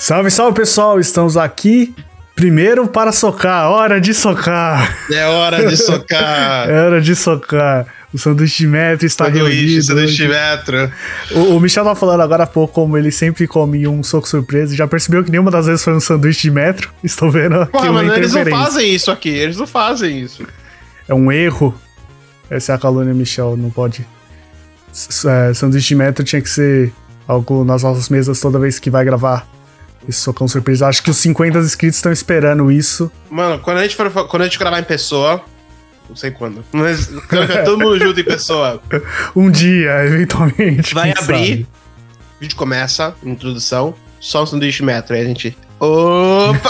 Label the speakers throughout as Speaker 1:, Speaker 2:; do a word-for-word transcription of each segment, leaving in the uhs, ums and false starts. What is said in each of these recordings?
Speaker 1: Salve, salve, pessoal! Estamos aqui primeiro para socar. Hora de socar!
Speaker 2: É hora de socar!
Speaker 1: É hora de socar. O sanduíche de metro está reunido.
Speaker 2: Sanduíche de metro.
Speaker 1: O, o Michel tava falando agora há pouco como ele sempre come um soco surpresa. Já percebeu que nenhuma das vezes foi um sanduíche de metro? Estou vendo aqui
Speaker 2: Porra,
Speaker 1: uma
Speaker 2: mano, eles
Speaker 1: interferência.
Speaker 2: não fazem isso aqui. Eles não fazem isso.
Speaker 1: É um erro. Essa é a calúnia, Michel. Não pode. S é, sanduíche de metro tinha que ser algo nas nossas mesas toda vez que vai gravar esse socão surpresa. Acho que os cinquenta inscritos estão esperando isso.
Speaker 2: Mano, quando a gente for, quando a gente gravar em pessoa, não sei quando, mas quando é todo mundo junto em pessoa,
Speaker 1: um dia, eventualmente.
Speaker 2: vai
Speaker 1: quem
Speaker 2: abrir,
Speaker 1: sabe?
Speaker 2: o vídeo começa, introdução, só um sanduíche de metro, aí a gente... Opa!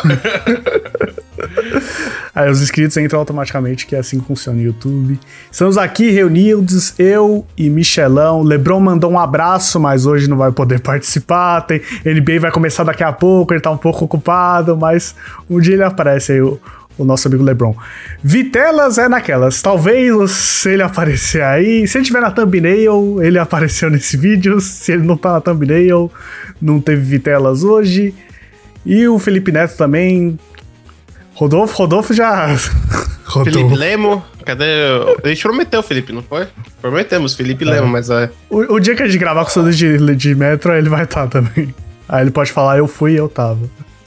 Speaker 1: Aí os inscritos entram automaticamente, que é assim que funciona o YouTube. Estamos aqui reunidos, eu e Michelão. Lebron mandou um abraço, mas hoje não vai poder participar. Tem, N B A vai começar daqui a pouco, ele tá um pouco ocupado, mas um dia ele aparece aí, o, o nosso amigo Lebron. Vitelas é naquelas. Talvez se ele aparecer aí, se ele tiver na thumbnail, ele apareceu nesse vídeo. Se ele não tá na thumbnail, não teve Vitelas hoje. E o Felipe Neto também. Rodolfo, Rodolfo já... Rodolfo.
Speaker 2: Felipe Lemo, cadê? A gente prometeu, Felipe, não foi? Prometemos, Felipe é. Lemo, mas... É...
Speaker 1: O, o dia que a gente gravar com o sanduíche de, de metro, ele vai estar também. Aí ele pode falar, eu fui e eu tava.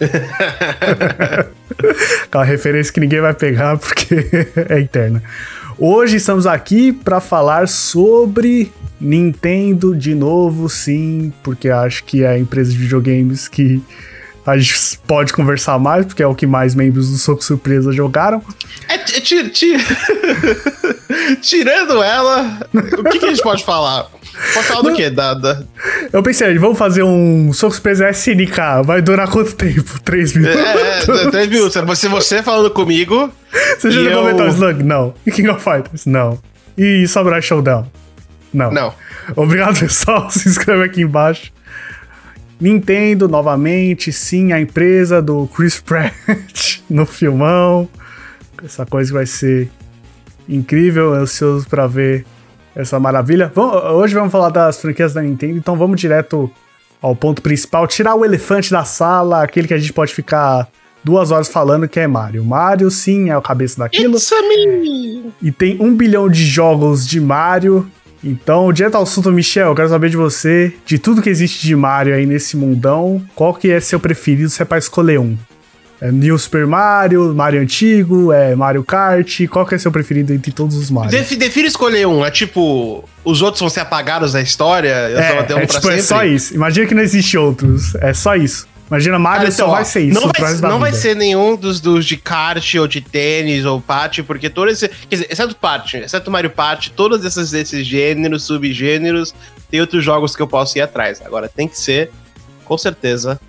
Speaker 1: Aquela referência que ninguém vai pegar, porque é interna. Hoje estamos aqui para falar sobre Nintendo de novo, sim, porque acho que é a empresa de videogames que... a gente pode conversar mais, porque é o que mais membros do Soco Surpresa jogaram.
Speaker 2: É, é tir, tir... Tirando ela, o que, que a gente pode falar? Pode falar do quê? Da, da...
Speaker 1: Eu pensei, vamos fazer um Soco Surpresa S N K. Vai durar quanto tempo? três minutos?
Speaker 2: É, é três minutos. Se você falando comigo...
Speaker 1: Você já jogou eu... Metal Slug? Não. E King of Fighters? Não. E Samurai Showdown? Não.
Speaker 2: Não.
Speaker 1: Obrigado, pessoal. Se inscreve aqui embaixo. Nintendo, novamente, sim, a empresa do Chris Pratt no filmão. Essa coisa que vai ser incrível, ansioso pra ver essa maravilha. Vamos, hoje vamos falar das franquias da Nintendo, então vamos direto ao ponto principal. Tirar o elefante da sala, aquele que a gente pode ficar duas horas falando, que é Mario. Mario, sim, é o cabeça daquilo.
Speaker 2: It's me.
Speaker 1: E tem um bilhão de jogos de Mario. Então, direto ao assunto, Michel, eu quero saber de você, de tudo que existe de Mario aí nesse mundão, qual que é seu preferido, se é pra escolher um? É New Super Mario, Mario antigo, é Mario Kart, qual que é seu preferido entre todos os Marios?
Speaker 2: Def, define escolher um, é tipo, os outros vão ser apagados da história, eu
Speaker 1: é,
Speaker 2: só vou ter um
Speaker 1: é,
Speaker 2: pra
Speaker 1: tipo,
Speaker 2: sempre?
Speaker 1: É só isso, imagina que não existe outros, é só isso. Imagina, Mario
Speaker 2: Cara, então,
Speaker 1: só
Speaker 2: ó,
Speaker 1: vai ser isso.
Speaker 2: Não, vai, não vai
Speaker 1: vida.
Speaker 2: ser nenhum dos, dos de kart ou de tênis ou pat, porque todos esses... Quer dizer, exceto pat, exceto Mario Party, todos esses, esses gêneros, subgêneros, tem outros jogos que eu posso ir atrás. Agora, tem que ser, com certeza...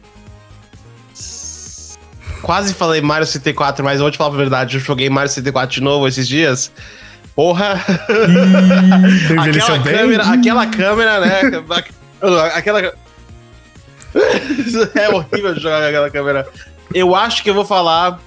Speaker 2: Quase falei Mario sessenta e quatro, mas eu vou te falar a verdade, eu joguei Mario sessenta e quatro de novo esses dias. Porra!
Speaker 1: Ih,
Speaker 2: aquela câmera, bem. aquela câmera, né? aquela... É horrível jogar com aquela câmera. Eu acho que eu vou falar.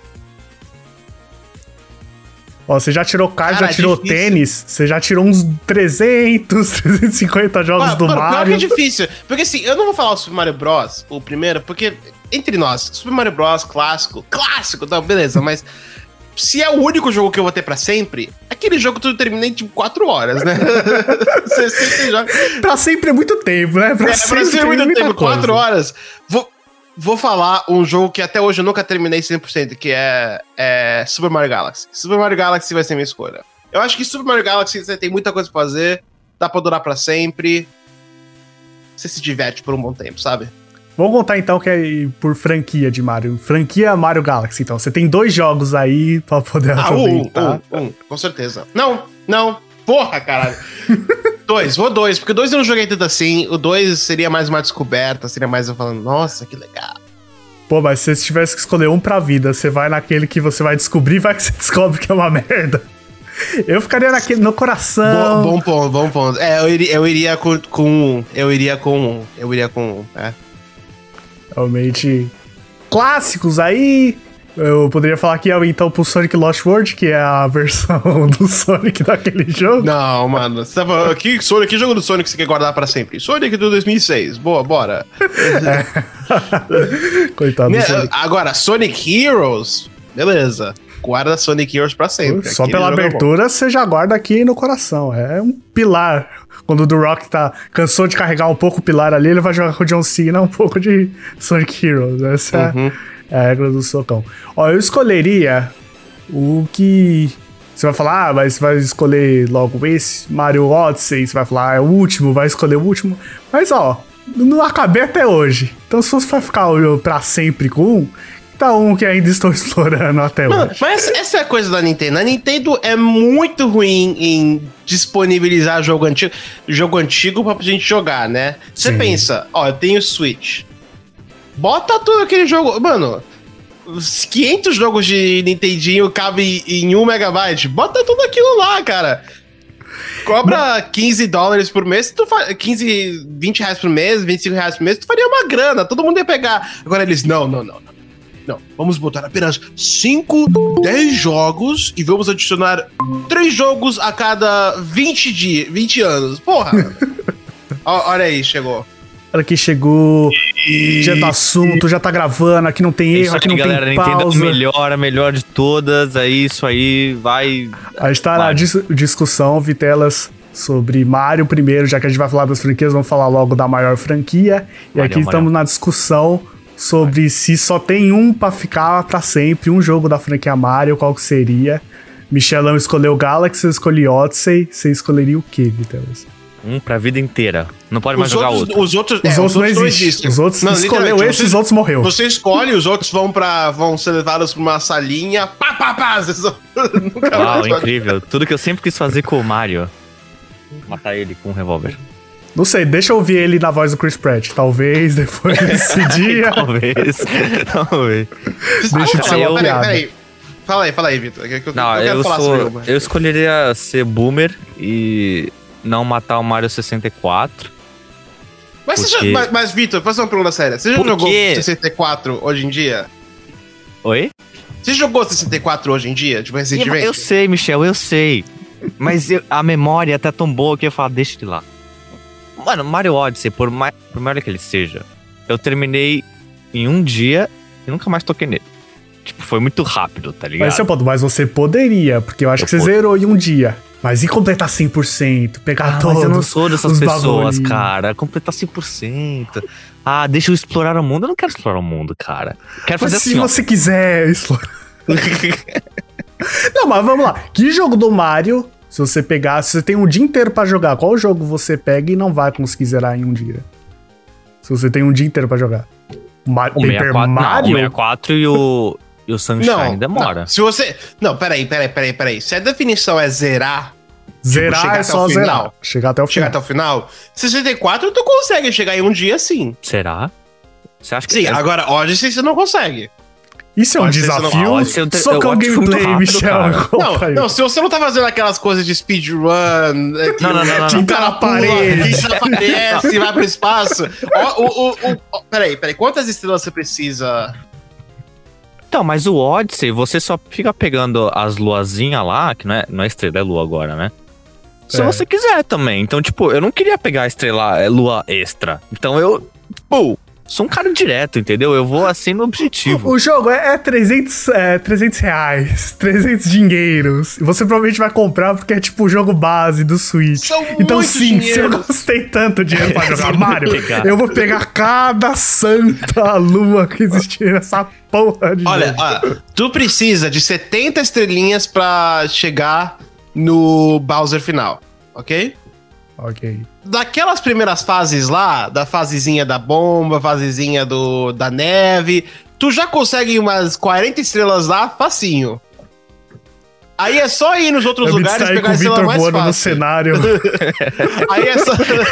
Speaker 1: Ó, você já tirou kart,
Speaker 2: Cara,
Speaker 1: já tirou
Speaker 2: difícil.
Speaker 1: tênis, você já tirou uns trezentos, trezentos e cinquenta jogos ah, do
Speaker 2: mano,
Speaker 1: Mario.
Speaker 2: Pior que é difícil. Porque assim, eu não vou falar o Super Mario Bros, o primeiro, porque, entre nós, Super Mario Bros, clássico, clássico, tá, beleza, mas se é o único jogo que eu vou ter pra sempre, aquele jogo que eu terminei em tipo quatro horas, né? Você sempre joga.
Speaker 1: Pra sempre é muito tempo, né? Pra
Speaker 2: é,
Speaker 1: sempre,
Speaker 2: pra sempre é muito tempo,
Speaker 1: coisa.
Speaker 2: quatro horas. Vou, vou falar um jogo que até hoje eu nunca terminei cem por cento, que é, é Super Mario Galaxy. Super Mario Galaxy vai ser minha escolha. Eu acho que Super Mario Galaxy você tem muita coisa pra fazer, dá pra durar pra sempre. Você se diverte por um bom tempo, sabe?
Speaker 1: Vamos contar então que é por franquia de Mario. Franquia Mario Galaxy, então. Você tem dois jogos aí pra poder
Speaker 2: ah,
Speaker 1: aproveitar.
Speaker 2: Um, um, um, com certeza. Não, não. Porra, caralho. dois, vou dois. Porque dois eu não joguei tanto assim. O dois seria mais uma descoberta. Seria mais eu falando, nossa, que legal.
Speaker 1: Pô, mas se você tivesse que escolher um pra vida, você vai naquele que você vai descobrir, vai que você descobre que é uma merda. Eu ficaria naquele, no coração.
Speaker 2: Bom, bom ponto, bom ponto. É, eu iria, eu iria com, com... Eu iria com... Eu iria com... É.
Speaker 1: Realmente clássicos aí. Eu poderia falar aqui então pro Sonic Lost World, que é a versão do Sonic daquele jogo.
Speaker 2: Não, mano. Você tava aqui, Sonic, que jogo do Sonic você quer guardar pra sempre? Sonic do dois mil e seis. Boa, bora.
Speaker 1: É. Coitado do Sonic.
Speaker 2: Agora, Sonic Heroes, beleza. Guarda Sonic Heroes pra sempre.
Speaker 1: Só pela abertura é você já guarda aqui no coração. É um pilar. Quando o The Rock tá, cansou de carregar um pouco o pilar ali, ele vai jogar com o John Cena um pouco de Sonic Heroes. Essa uhum. é a regra do socão. Ó, eu escolheria o que... Você vai falar, ah, mas você vai escolher logo esse, Mario Odyssey, você vai falar, ah, é o último, vai escolher o último. Mas, ó, não acabei até hoje. Então, se você vai ficar pra sempre com um, tá um que ainda estou explorando até
Speaker 2: Mano,
Speaker 1: hoje.
Speaker 2: Mas essa é a coisa da Nintendo. A Nintendo é muito ruim em disponibilizar jogo antigo, jogo antigo pra gente jogar, né? Você pensa, ó, eu tenho Switch. Bota todo aquele jogo... Mano, os quinhentos jogos de Nintendinho cabem em um megabyte. Bota tudo aquilo lá, cara. Cobra quinze dólares por mês, tu fa... quinze, vinte reais por mês, vinte e cinco reais por mês, tu faria uma grana, todo mundo ia pegar. Agora eles, não, não, não, não. Não, vamos botar apenas cinco, dez jogos e vamos adicionar três jogos a cada vinte dias, vinte anos. Porra! Olha aí, chegou.
Speaker 1: Olha que chegou, e... dia do assunto, já tá gravando, aqui não tem erro,
Speaker 3: isso
Speaker 1: aqui
Speaker 3: aí,
Speaker 1: não
Speaker 3: galera,
Speaker 1: tem
Speaker 3: pausa. Nintendo é a melhor, a melhor de todas, aí isso aí vai...
Speaker 1: A gente tá vai. na dis- discussão, Vitelas, sobre Mario primeiro, já que a gente vai falar das franquias, vamos falar logo da maior franquia. E Mario, aqui estamos na discussão sobre Mario. Se só tem um pra ficar pra sempre, um jogo da franquia Mario, qual que seria? Michelão escolheu Galaxy, eu escolhi Odyssey, você escolheria o que, Vitelas?
Speaker 3: Um pra vida inteira. Não pode mais
Speaker 2: os
Speaker 3: jogar
Speaker 2: outros,
Speaker 3: outro.
Speaker 2: Os outros,
Speaker 1: os
Speaker 2: é,
Speaker 1: outros
Speaker 2: os
Speaker 1: não existem. Os outros não, escolheu esses, os outros morreu.
Speaker 2: Você escolhe, os outros vão para vão ser levados pra uma salinha. Pá, pá, pá.
Speaker 3: Nunca Uau, incrível. Tudo que eu sempre quis fazer com o Mario. Matar ele com um revólver.
Speaker 1: Não sei, deixa eu ouvir ele na voz do Chris Pratt. Talvez depois desse dia.
Speaker 3: Talvez. Talvez.
Speaker 1: Deixa eu
Speaker 2: falar, eu, peraí, peraí. Fala aí, fala aí, Vitor. Eu, eu,
Speaker 3: não, eu, eu, falar sou, eu escolheria ser boomer e não matar o Mario sessenta e quatro.
Speaker 2: Mas, porque... já, mas, mas Vitor, fazer uma pergunta séria. Você já
Speaker 3: Por
Speaker 2: jogou
Speaker 3: quê?
Speaker 2: sessenta e quatro hoje em dia?
Speaker 3: Oi?
Speaker 2: Você jogou sessenta e quatro hoje em dia? Tipo, recentemente?
Speaker 3: Eu, eu sei, Michel, eu sei. Mas eu, a memória é até tão boa que eu falo, deixa ele lá. Mano, Mario Odyssey, por mais, por maior que ele seja, eu terminei em um dia e nunca mais toquei nele. Tipo, foi muito rápido, tá ligado?
Speaker 1: Mas você, pode, mas você poderia, porque eu acho eu que você pod... zerou em um dia. Mas e completar cem por cento? Pegar ah, todos
Speaker 3: mas eu não sou dessas pessoas,
Speaker 1: bagulhinhos.
Speaker 3: cara. Completar cem por cento. Ah, deixa eu explorar o mundo. Eu não quero explorar o mundo, cara. Quero
Speaker 1: mas
Speaker 3: fazer
Speaker 1: se
Speaker 3: assim,
Speaker 1: você
Speaker 3: ó.
Speaker 1: quiser explorar... Não, mas vamos lá. Que jogo do Mario, se você pegar... Se você tem um dia inteiro pra jogar, qual jogo você pega e não vai conseguir zerar em um dia? Se você tem um dia inteiro pra jogar. Mar-
Speaker 3: O
Speaker 1: Paper
Speaker 3: sessenta e quatro,
Speaker 1: Mario?
Speaker 3: não, o sessenta e quatro e o... E o Sunshine
Speaker 2: não,
Speaker 3: demora.
Speaker 2: Não. Se você... Não, peraí, peraí, peraí, peraí. Se a definição é zerar...
Speaker 1: Zerar
Speaker 2: tipo,
Speaker 1: é só zerar.
Speaker 2: Final,
Speaker 1: chegar até o final.
Speaker 2: Chegar até o final. sessenta e quatro tu consegue chegar em um dia sim.
Speaker 3: Será? Você acha que...
Speaker 2: Sim,
Speaker 3: é...
Speaker 2: agora Odyssey você não consegue.
Speaker 1: Isso é um
Speaker 2: Odyssey
Speaker 1: desafio?
Speaker 2: Não...
Speaker 3: Te...
Speaker 1: Só com o gameplay, Michel.
Speaker 2: Não, não, se você não tá fazendo aquelas coisas de speedrun...
Speaker 3: Não, não, não.
Speaker 1: Tinta na parede.
Speaker 2: Tinta na parede, e vai pro espaço. O, o, o, o, peraí, peraí. Quantas estrelas você precisa...
Speaker 3: Então, mas o Odyssey, você só fica pegando as luazinhas lá, que não é, não é estrela, é lua agora, né? Se é. você quiser também. Então, tipo, eu não queria pegar a estrela, é lua extra. Então eu, pô, sou um cara direto, entendeu? Eu vou assim no objetivo.
Speaker 1: O, o jogo é, é, trezentos, é trezentos reais, trezentos dinheiros. E você provavelmente vai comprar porque é tipo o jogo base do Switch.
Speaker 2: São
Speaker 1: então sim,
Speaker 2: dinheiro.
Speaker 1: se eu gostei tanto de dinheiro pra jogar Mario, eu vou pegar cada santa lua que existir nessa porra de
Speaker 2: Olha,
Speaker 1: jogo.
Speaker 2: olha, tu precisa de setenta estrelinhas pra chegar no Bowser final, ok?
Speaker 1: Ok.
Speaker 2: Daquelas primeiras fases lá, da fasezinha da bomba, fasezinha do, da neve, tu já consegue umas quarenta estrelas lá, facinho. Aí é só ir nos outros
Speaker 1: eu
Speaker 2: lugares e pegar
Speaker 1: a estrela mais fácil. No cenário.
Speaker 2: Aí é só...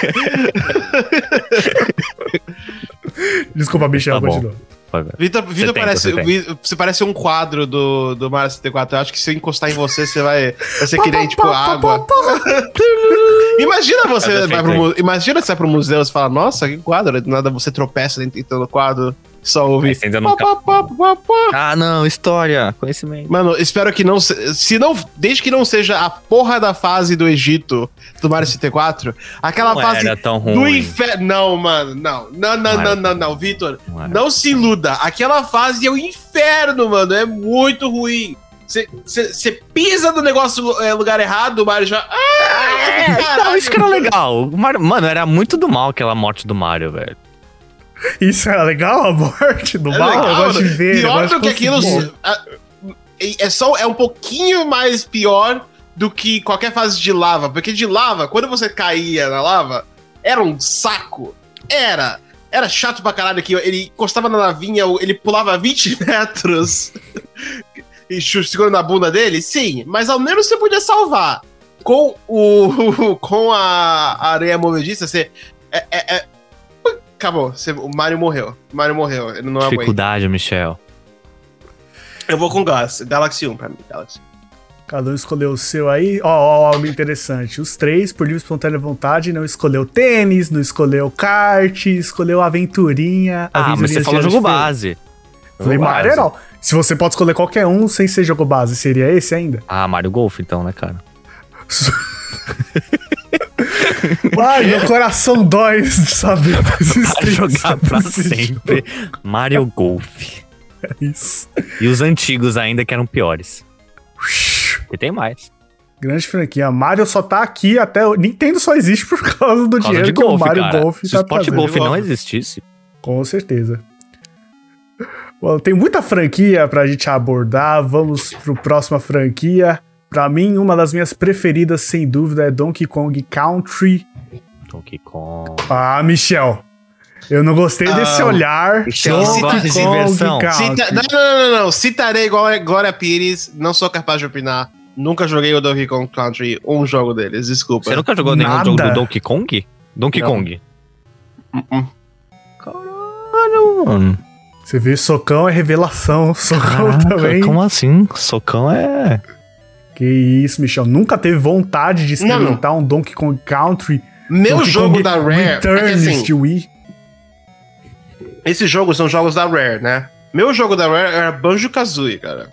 Speaker 1: Desculpa, Michel,
Speaker 3: tá
Speaker 1: continua.
Speaker 2: Vitor, Vitor parece, você parece um quadro do, do Mario sessenta e quatro. Eu acho que se eu encostar em você, você vai, vai ser que nem, tipo, água. Imagina você vai pro, imagina você vai pro museu e você fala, nossa, que quadro. Do nada você tropeça dentro do quadro. Só ouvi.
Speaker 3: Aí você ainda não
Speaker 2: pá, pá, pá, pá.
Speaker 3: Ah, não, história, conhecimento.
Speaker 2: Mano, espero que não se, se não, desde que não seja a porra da fase do Egito do Mario sessenta e quatro, aquela
Speaker 3: Não
Speaker 2: fase
Speaker 3: era tão
Speaker 2: do
Speaker 3: ruim.
Speaker 2: inferno. Não, mano, não. Não, não,
Speaker 3: Não
Speaker 2: não,
Speaker 3: era
Speaker 2: não, não, Vitor.
Speaker 3: Não era.
Speaker 2: Não se iluda. Aquela fase é o inferno, mano. É muito ruim. Você pisa no negócio é, lugar errado, o Mario já. Ah,
Speaker 3: É,
Speaker 2: caralho,
Speaker 3: não, isso que era
Speaker 2: mano.
Speaker 3: legal. O Mario- mano, era muito do mal aquela morte do Mario, velho.
Speaker 1: Isso era legal, a morte do
Speaker 2: É
Speaker 1: mal?
Speaker 2: legal,
Speaker 1: Eu gosto de
Speaker 2: mano.
Speaker 1: ver. eu
Speaker 2: Pior
Speaker 1: gosto
Speaker 2: do que
Speaker 1: de
Speaker 2: aquilo.
Speaker 1: conseguir.
Speaker 2: a- É só é um pouquinho mais pior do que qualquer fase de lava. Porque de lava, quando você caía na lava, era um saco. Era. Era chato pra caralho que ele encostava na lavinha, ele pulava vinte metros e chu- segurando na bunda dele. Sim, mas ao menos você podia salvar. Com o. Com a a areia movediça, você. É, é, é- acabou. Você- o Mario morreu. O Mario morreu. Ele não aguenta.
Speaker 3: Dificuldade, Michel.
Speaker 2: Eu vou com Gas, Galaxy um pra mim, Galaxy.
Speaker 1: Cada um escolheu o seu aí. Ó, ó, ó, algo interessante. Os três, por livre e espontânea vontade, não escolheu tênis, não escolheu kart, escolheu aventurinha.
Speaker 3: Ah, mas
Speaker 1: aventurinha
Speaker 3: você falou
Speaker 1: de
Speaker 3: jogo
Speaker 1: feira.
Speaker 3: base.
Speaker 1: Falei,
Speaker 3: Jogo
Speaker 1: Mario
Speaker 3: base.
Speaker 1: não. Se você pode escolher qualquer um sem ser jogo base, seria esse ainda?
Speaker 3: Ah, Mario Golf então, né, cara?
Speaker 1: Ai, meu coração dói de saber da
Speaker 3: Vai
Speaker 1: existência
Speaker 3: jogar pra
Speaker 1: desse
Speaker 3: sempre Mario Golf.
Speaker 1: jogo. É isso.
Speaker 3: E os antigos ainda que eram piores. E tem mais.
Speaker 1: Grande franquia. Mario só tá aqui até. O Nintendo só existe por causa do
Speaker 3: Por causa
Speaker 1: dinheiro
Speaker 3: de
Speaker 1: que
Speaker 3: golfe,
Speaker 1: o Mario
Speaker 3: cara.
Speaker 1: Golf
Speaker 3: Se
Speaker 1: tá
Speaker 3: o Sport
Speaker 1: trazendo.
Speaker 3: Golf não existisse,
Speaker 1: Com certeza. Bom, tem muita franquia pra gente abordar. Vamos pro próxima franquia. Pra mim, uma das minhas preferidas, sem dúvida, é Donkey Kong Country.
Speaker 3: Donkey Kong.
Speaker 1: Ah, Michel. Eu não gostei desse
Speaker 2: Ah,
Speaker 1: olhar.
Speaker 3: Michel,
Speaker 1: Donkey
Speaker 3: gosta de diversão.
Speaker 1: Country.
Speaker 2: Cita- não, não, não, não, não. Citarei Glória, Glória Pires, não sou capaz de opinar. Nunca joguei o Donkey Kong Country, um jogo deles, desculpa.
Speaker 3: Você nunca jogou nenhum
Speaker 1: Nada.
Speaker 3: jogo do Donkey Kong? Donkey
Speaker 2: Não.
Speaker 3: Kong.
Speaker 2: Uh-uh.
Speaker 3: Caralho, mano.
Speaker 1: Você vê, socão é revelação. Socão
Speaker 3: Caraca,
Speaker 1: também.
Speaker 3: como assim? Socão é...
Speaker 1: Que isso, Michel. Nunca teve vontade de experimentar um Donkey Kong Country.
Speaker 2: Meu
Speaker 1: Donkey
Speaker 2: jogo
Speaker 1: Kong
Speaker 2: da Rare. É que,
Speaker 1: Returns
Speaker 2: assim,
Speaker 1: de Wii.
Speaker 2: esses jogos são jogos da Rare, né? Meu jogo da Rare era Banjo-Kazooie, cara.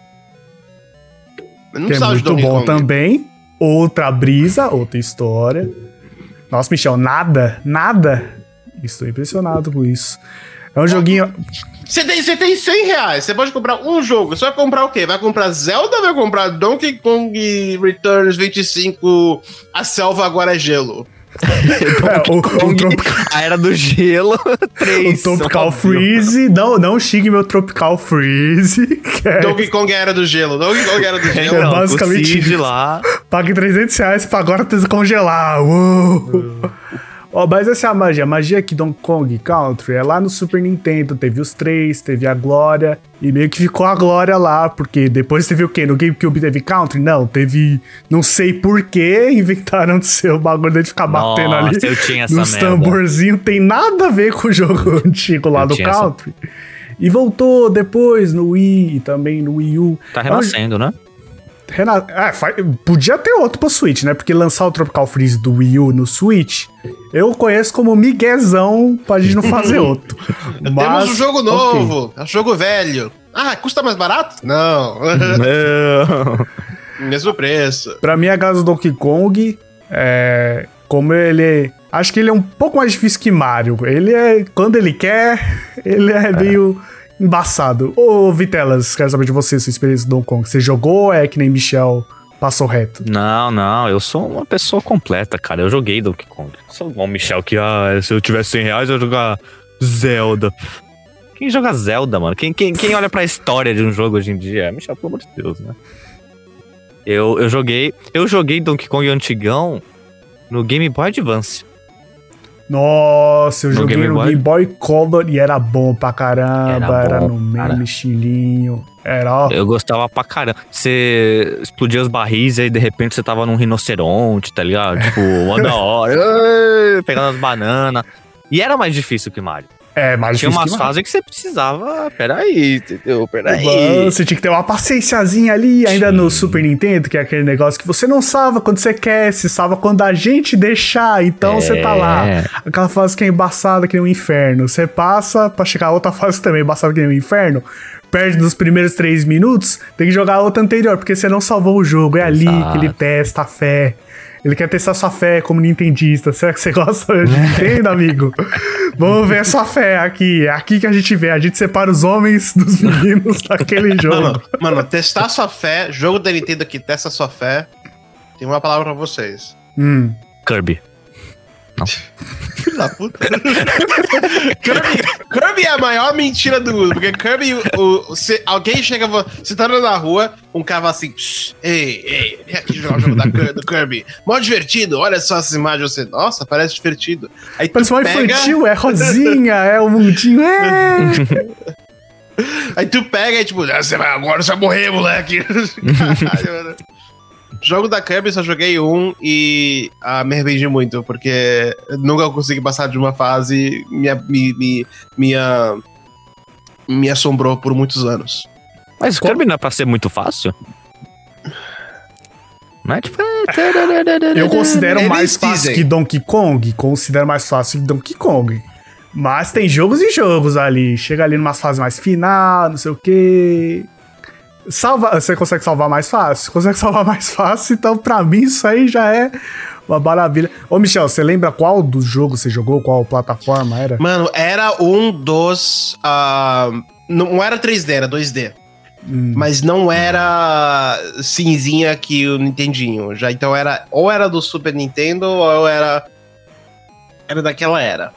Speaker 2: Eu não
Speaker 1: Que é
Speaker 2: precisava de
Speaker 1: muito
Speaker 2: Donkey
Speaker 1: bom
Speaker 2: Kong.
Speaker 1: também. Outra brisa, outra história. Nossa, Michel, nada, nada. Estou impressionado com isso. É um joguinho.
Speaker 2: Você tem, você tem cem reais, você pode comprar um jogo. Você vai comprar o quê? Vai comprar Zelda ou vai comprar Donkey Kong Returns vinte e cinco? A selva agora é gelo.
Speaker 1: É, o, o,
Speaker 3: Kong,
Speaker 1: Tropical,
Speaker 3: a Era do Gelo
Speaker 1: o
Speaker 3: três.
Speaker 1: Tropical
Speaker 3: óbvio.
Speaker 1: Freeze. Não, não xingue meu Tropical Freeze. Que é,
Speaker 2: Donkey Kong era do gelo. Donkey Kong era do
Speaker 3: É,
Speaker 2: gelo.
Speaker 1: É
Speaker 3: não,
Speaker 1: basicamente
Speaker 3: com o Cid
Speaker 1: isso.
Speaker 3: lá.
Speaker 1: pague trezentos reais pra agora descongelar. Uou. Ó, mas essa é a magia. A magia que Donkey Kong Country é lá no Super Nintendo. Teve os três, teve a Glória. E meio que ficou a Glória lá. Porque depois teve o quê? No GameCube teve Country? Não, teve... Não sei por que inventaram de ser o bagulho de ficar batendo ali.
Speaker 3: Nossa, eu tinha essa
Speaker 1: nos
Speaker 3: merda.
Speaker 1: tamborzinhos. Tem nada a ver com o jogo antigo lá
Speaker 3: Eu
Speaker 1: do
Speaker 3: tinha essa.
Speaker 1: Country. E voltou depois no Wii e também no Wii U.
Speaker 3: Tá renascendo, né?
Speaker 1: Rena... Ah, fa- podia ter outro pro Switch, né? Porque lançar o Tropical Freeze do Wii U no Switch, eu conheço como miguezão pra gente não fazer outro. Mas,
Speaker 2: Temos um jogo
Speaker 1: ok.
Speaker 2: novo. É um jogo velho. Ah, custa mais barato? Não.
Speaker 3: Não.
Speaker 2: Mesmo preço.
Speaker 1: Pra mim, a casa do Donkey Kong, é... como ele... Acho que ele é um pouco mais difícil que Mario. Ele é... Quando ele quer, ele é meio embaçado. Ô, Vitelas, quero saber de você, sua experiência do Donkey Kong. Você jogou ou é que nem Michel passou reto?
Speaker 3: Não, não, eu sou uma pessoa completa, cara. Eu joguei Donkey Kong. Não sou igual o Michel que, ah, se eu tivesse cem reais, eu ia jogar Zelda. Quem joga Zelda, mano? Quem, quem, quem olha pra história de um jogo hoje em dia? É Michel, pelo amor de Deus, né? Eu, eu joguei. Eu joguei Donkey Kong antigão no Game Boy Advance.
Speaker 1: Nossa, eu
Speaker 3: No
Speaker 1: joguei
Speaker 3: Game
Speaker 1: no
Speaker 3: Boy?
Speaker 1: Game Boy Color e era bom pra caramba.
Speaker 3: Era
Speaker 1: Era,
Speaker 3: bom,
Speaker 1: no mesmo
Speaker 3: cara.
Speaker 1: estilinho. Era, ó.
Speaker 3: Eu gostava pra caramba. Você explodia os barris e aí de repente você tava num rinoceronte, tá ligado? Tipo, uma da hora. Ai, pegando as bananas. E era mais difícil que Mario.
Speaker 1: É, mais
Speaker 3: Tinha
Speaker 1: difícil
Speaker 3: umas
Speaker 1: que Mario.
Speaker 3: fases que você precisava. Peraí, entendeu? Peraí.
Speaker 1: Mano, você tinha que ter uma paciênciazinha ali, ainda
Speaker 3: Sim.
Speaker 1: no Super Nintendo, que é aquele negócio que você não salva quando você quer, você salva quando a gente deixar, então
Speaker 3: É.
Speaker 1: você tá lá. Aquela fase que é embaçada que nem um inferno. Você passa pra chegar a outra fase também embaçada que nem um inferno, perde nos primeiros três minutos, tem que jogar a outra anterior, porque você não salvou o jogo. É ali
Speaker 3: Exato.
Speaker 1: que ele testa a fé. Ele quer testar sua fé como nintendista. Será que você gosta de Nintendo, amigo? Vamos ver sua fé aqui. É aqui que a gente vê. A gente separa os homens dos meninos daquele jogo.
Speaker 2: Mano, mano, testar sua fé, jogo da Nintendo que testa sua fé, tem uma palavra pra vocês.
Speaker 1: Hum.
Speaker 3: Kirby.
Speaker 2: Filho da puta. Kirby, Kirby é a maior mentira do mundo, porque Kirby, o, o, se alguém chega, você tá andando na rua, um cara fala assim, "Psh, ei, ei, vem aqui jogar o jogo da, do Kirby, mó divertido, olha só essas imagens", você, nossa, parece divertido. Aí tu
Speaker 1: Parece mais
Speaker 2: pega,
Speaker 1: infantil, é rosinha, é o mundinho, é...
Speaker 2: aí tu pega e tipo, ah, você vai, agora você vai morrer, moleque. Caralho, mano. Jogo da Kirby só joguei um e ah, me arrependi muito, porque nunca consegui passar de uma fase, me, me, me, me, ah, me assombrou por muitos anos.
Speaker 3: Mas o Kirby não é pra ser muito fácil? Não é tipo...
Speaker 1: Eu considero
Speaker 2: Eles
Speaker 1: mais fácil
Speaker 2: dizem.
Speaker 1: que Donkey Kong, considero mais fácil que Donkey Kong. Mas tem jogos e jogos ali. Chega ali numa fase mais final, não sei o quê. Salva, você consegue salvar mais fácil? Consegue salvar mais fácil, então pra mim isso aí já é uma maravilha. Ô Michel, você lembra qual dos jogos você jogou? Qual plataforma era?
Speaker 2: Mano, era um dos... ah, não era três D, era dois D.
Speaker 1: Hum.
Speaker 2: Mas não era cinzinha que o Nintendinho. Já, então era... Ou era do Super Nintendo, ou era... Era daquela era.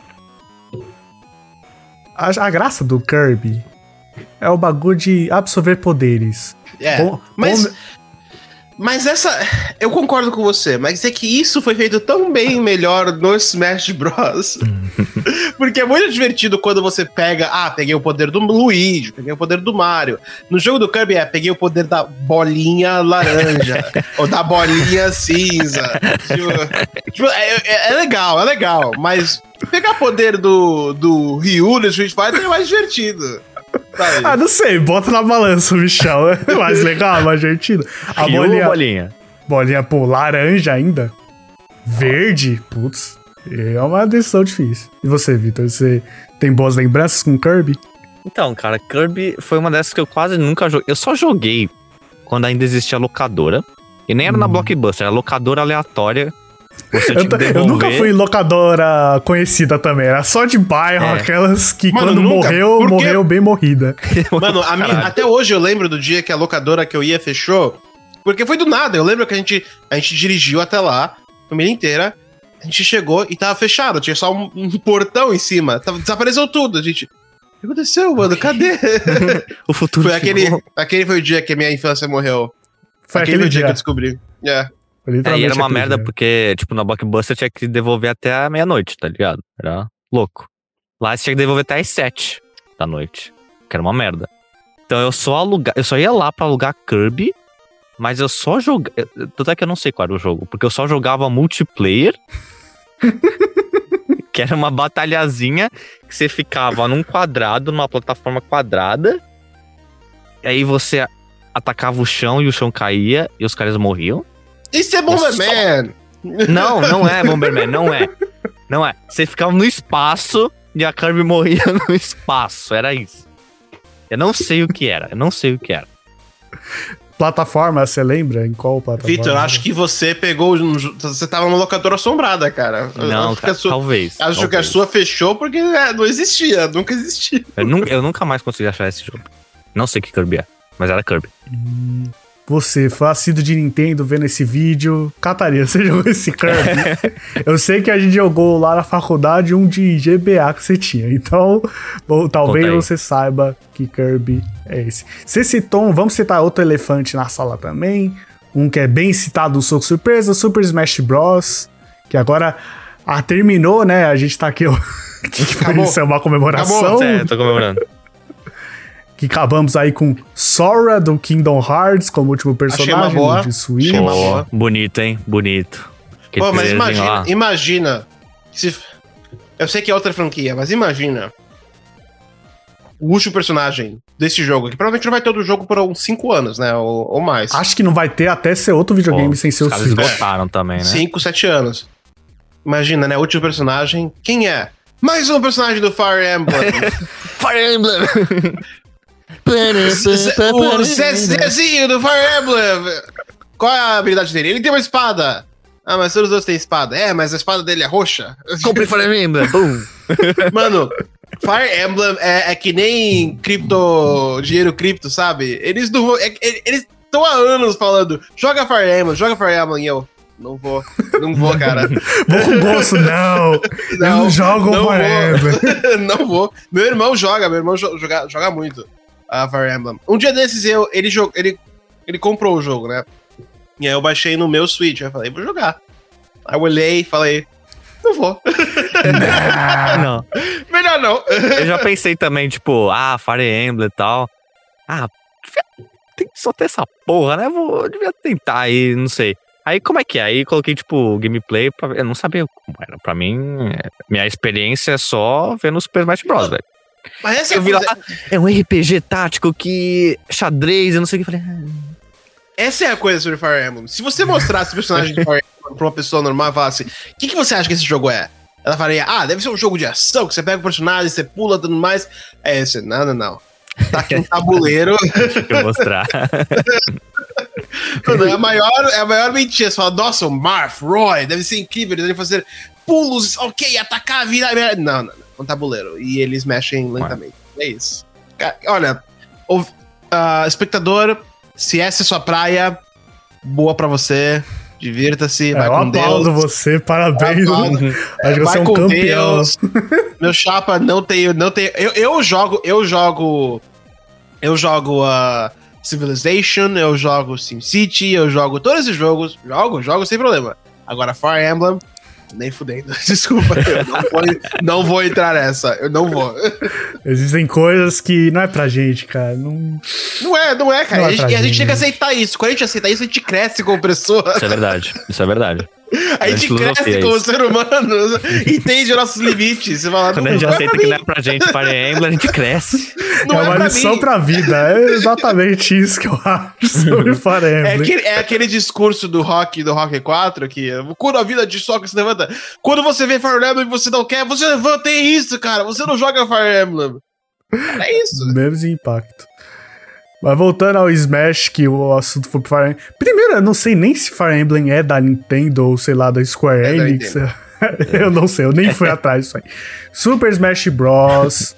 Speaker 1: A, a graça do Kirby é o bagulho de absorver poderes.
Speaker 2: É,
Speaker 1: Bom-
Speaker 2: mas...
Speaker 1: bom-
Speaker 2: Mas essa... Eu concordo com você, mas é que isso foi feito tão bem melhor no Smash Bros. Porque é muito divertido quando você pega... Ah, peguei o poder do Luigi, peguei o poder do Mario. No jogo do Kirby é, peguei o poder da bolinha laranja. Ou da bolinha cinza. Tipo, tipo, é, é- é legal, é legal. Mas pegar poder do, do Ryu no Street Fighter é mais divertido. Sabe?
Speaker 1: Ah, não sei, bota na balança, Michel. É mais legal, mais divertido. A
Speaker 3: Rio ou
Speaker 1: bolinha,
Speaker 3: bolinha?
Speaker 1: bolinha, pô, laranja ainda. Verde, putz. É uma decisão difícil. E você, Vitor? Você tem boas lembranças com Kirby?
Speaker 3: Então, cara, Kirby foi uma dessas que eu quase nunca joguei. Eu só joguei quando ainda existia locadora. E nem era na Blockbuster, era locadora aleatória. Você tinha
Speaker 1: Eu,
Speaker 3: que
Speaker 1: t- eu
Speaker 3: devolver.
Speaker 1: nunca fui em locadora conhecida também. Era só de bairro,
Speaker 3: É.
Speaker 1: aquelas que
Speaker 2: Mano,
Speaker 1: quando
Speaker 2: nunca,
Speaker 1: morreu,
Speaker 2: porque-
Speaker 1: morreu bem morrida.
Speaker 2: Mano, a minha-
Speaker 3: Caralho.
Speaker 2: até hoje eu lembro do dia que a locadora que eu ia fechou, porque foi do nada. Eu lembro que a gente, a gente dirigiu até lá, a família inteira, a gente chegou e tava fechado, tinha só um, um portão em cima, tava- desapareceu tudo. A gente, o que aconteceu, mano? Cadê?
Speaker 3: O futuro
Speaker 2: foi aquele,
Speaker 3: chegou.
Speaker 2: aquele foi o dia que a minha infância morreu.
Speaker 1: Foi
Speaker 2: aquele
Speaker 1: aquele
Speaker 2: foi o dia que
Speaker 1: dia.
Speaker 2: eu descobri. É.
Speaker 1: Foi
Speaker 3: É, e
Speaker 1: literalmente
Speaker 3: era uma
Speaker 1: aquele
Speaker 3: merda
Speaker 1: dia.
Speaker 3: porque, tipo, na Blockbuster tinha que devolver até a meia-noite, tá ligado? Era louco. Lá você tinha que devolver até as sete da noite, que era uma merda. Então eu só aluga... eu só ia lá pra alugar Kirby, mas eu só jogava... Tanto é que eu não sei qual era o jogo, porque eu só jogava multiplayer, que era uma batalhazinha que você ficava num quadrado, numa plataforma quadrada, e aí você atacava o chão e o chão caía e os caras morriam.
Speaker 2: Isso é Bomberman!
Speaker 3: Não, não é Bomberman, não é. Não é. Você ficava no espaço e a Kirby morria no espaço, era isso. Eu não sei o que era, eu não sei o que era.
Speaker 1: Plataforma, você lembra? Em qual plataforma?
Speaker 2: Vitor, acho que você pegou. um ju- Você tava numa locadora assombrada, cara. Eu
Speaker 3: Não,
Speaker 2: acho que
Speaker 3: cara,
Speaker 2: a sua,
Speaker 3: talvez.
Speaker 2: acho que a
Speaker 3: talvez.
Speaker 2: sua fechou porque é, não existia, nunca existia.
Speaker 3: Eu, nu- eu nunca mais consegui achar esse jogo. Não sei que Kirby é, mas era Kirby.
Speaker 1: Você foi assíduo de Nintendo vendo esse vídeo. Catarina, você jogou esse Kirby? Eu sei que a gente jogou lá na faculdade um de G B A que você tinha. Então, bom, talvez
Speaker 3: Conta aí.
Speaker 1: você saiba que Kirby é esse. Você citou, um- vamos citar outro elefante na sala também. Um que é bem citado no Soco Surpresa, Super Smash Bros. Que agora ah, terminou, né? A gente tá aqui, ó. Que foi
Speaker 2: Acabou.
Speaker 1: isso, é uma comemoração.
Speaker 2: Acabou,
Speaker 3: É, tô comemorando.
Speaker 1: Que acabamos aí com Sora do Kingdom Hearts como último personagem
Speaker 2: uma boa.
Speaker 1: de Switch.
Speaker 2: Achei uma
Speaker 3: Pô,
Speaker 2: boa.
Speaker 3: bonito, hein? Bonito. Aquele
Speaker 2: Pô, mas
Speaker 3: trailerzinho
Speaker 2: imagina,
Speaker 3: lá.
Speaker 2: imagina. Se, eu sei que é outra franquia, mas imagina o último personagem desse jogo, que provavelmente não vai ter outro jogo por uns cinco anos, né? Ou, ou mais.
Speaker 1: Acho que não vai ter até ser outro videogame
Speaker 3: Pô,
Speaker 1: sem ser o
Speaker 3: Os caras
Speaker 1: Switch.
Speaker 3: esgotaram também, né?
Speaker 2: cinco, sete anos. Imagina, né? O último personagem. Quem é? Mais um personagem do Fire Emblem.
Speaker 3: Fire Emblem!
Speaker 2: O Zezinho do Fire Emblem. Qual é a habilidade dele? Ele tem uma espada. Ah, mas todos os outros têm espada. É, mas a espada dele é roxa.
Speaker 3: Comprei Fire Emblem! Boom!
Speaker 2: Mano, Fire Emblem é, é que nem cripto, dinheiro cripto, sabe? Eles não vão. É, é, eles estão há anos falando: joga Fire Emblem, joga Fire Emblem. E eu, não vou, não vou, cara.
Speaker 1: Vou com gosto, não.
Speaker 2: Não,
Speaker 1: eu não jogo
Speaker 2: não
Speaker 1: Fire Emblem.
Speaker 2: Não vou. Meu irmão joga, meu irmão joga, joga muito a Fire Emblem. Um dia desses eu, ele, jog, ele, ele comprou o jogo, né? E aí eu baixei no meu Switch. Eu falei, vou jogar. Aí eu olhei e falei, não vou.
Speaker 3: Não.
Speaker 2: Melhor não.
Speaker 3: Eu já pensei também, tipo, ah, Fire Emblem e tal. Ah, tem que só ter essa porra, né? Vou, eu devia tentar aí, não sei. Aí como é que é? Aí coloquei, tipo, gameplay, pra, eu não sabia como era. Pra mim, minha experiência é só ver no Super Smash Bros, velho.
Speaker 2: Mas essa
Speaker 3: Eu
Speaker 2: é
Speaker 3: vi lá,
Speaker 2: coisa...
Speaker 3: é um R P G tático que... xadrez, eu não sei o que. Falei... Ah.
Speaker 2: Essa é a coisa sobre Fire Emblem. Se você mostrasse o personagem de Fire Emblem pra uma pessoa normal e falasse, o que, que você acha que esse jogo é? Ela falaria, ah, deve ser um jogo de ação, que você pega o personagem, você pula, tudo mais. É esse, não, não, não. Tá aqui um tabuleiro.
Speaker 3: Deixa eu mostrar.
Speaker 2: Mano, é a maior, é a maior mentira. Você fala, nossa, o Marth, Roy, deve ser incrível, eles devem fazer pulos, ok, atacar, virar... Não, não, não, um tabuleiro. E eles mexem lentamente. É isso. Cara, olha, o, uh, espectador, se essa é sua praia, boa pra você, divirta-se,
Speaker 1: É,
Speaker 2: vai
Speaker 1: eu
Speaker 2: com Deus.
Speaker 1: aplaudo você, parabéns.
Speaker 2: Aplaudo.
Speaker 1: Acho que você é um
Speaker 2: com
Speaker 1: campeão.
Speaker 2: Deus. Meu chapa não tenho, não tenho. Eu, eu jogo, eu jogo. Eu jogo a uh, Civilization, eu jogo SimCity, eu jogo todos esses jogos. Jogo, jogo sem problema. Agora Fire Emblem, nem fudendo. Desculpa, eu não vou, não vou entrar nessa. Eu não vou.
Speaker 1: Existem coisas que não é pra gente, cara. Não,
Speaker 2: Não é, não é, cara.
Speaker 1: Não é
Speaker 2: a, gente,
Speaker 1: pra
Speaker 2: a gente tem que
Speaker 1: gente.
Speaker 2: aceitar isso. Quando a gente aceita isso, a gente cresce como pessoa.
Speaker 3: Isso é verdade, isso é verdade.
Speaker 2: A gente
Speaker 3: Grande
Speaker 2: cresce
Speaker 3: filosofia
Speaker 2: como
Speaker 3: isso.
Speaker 2: ser humano, entende os nossos limites. Você fala,
Speaker 3: Quando a gente
Speaker 2: não é
Speaker 3: aceita
Speaker 2: pra
Speaker 3: que
Speaker 2: mim,
Speaker 3: não é pra gente Fire Emblem, a gente cresce.
Speaker 2: não
Speaker 1: é uma
Speaker 2: pra
Speaker 1: lição
Speaker 2: mim.
Speaker 1: pra vida. É exatamente isso que eu acho sobre Fire
Speaker 2: É
Speaker 1: Emblem.
Speaker 2: aquele, é aquele discurso do Rock, do Rock quatro, que quando a vida de soca se levanta, quando você vê Fire Emblem e você não quer, você levanta, é isso, cara, você não joga Fire Emblem. É isso.
Speaker 1: Menos impacto. Mas voltando ao Smash, que o assunto foi pro Fire Emblem. Primeiro, eu não sei nem se Fire Emblem é da Nintendo ou sei lá, da Square
Speaker 2: É da
Speaker 1: Enix.
Speaker 2: Nintendo.
Speaker 1: Eu não sei, eu nem fui atrás disso aí. Super Smash Bros.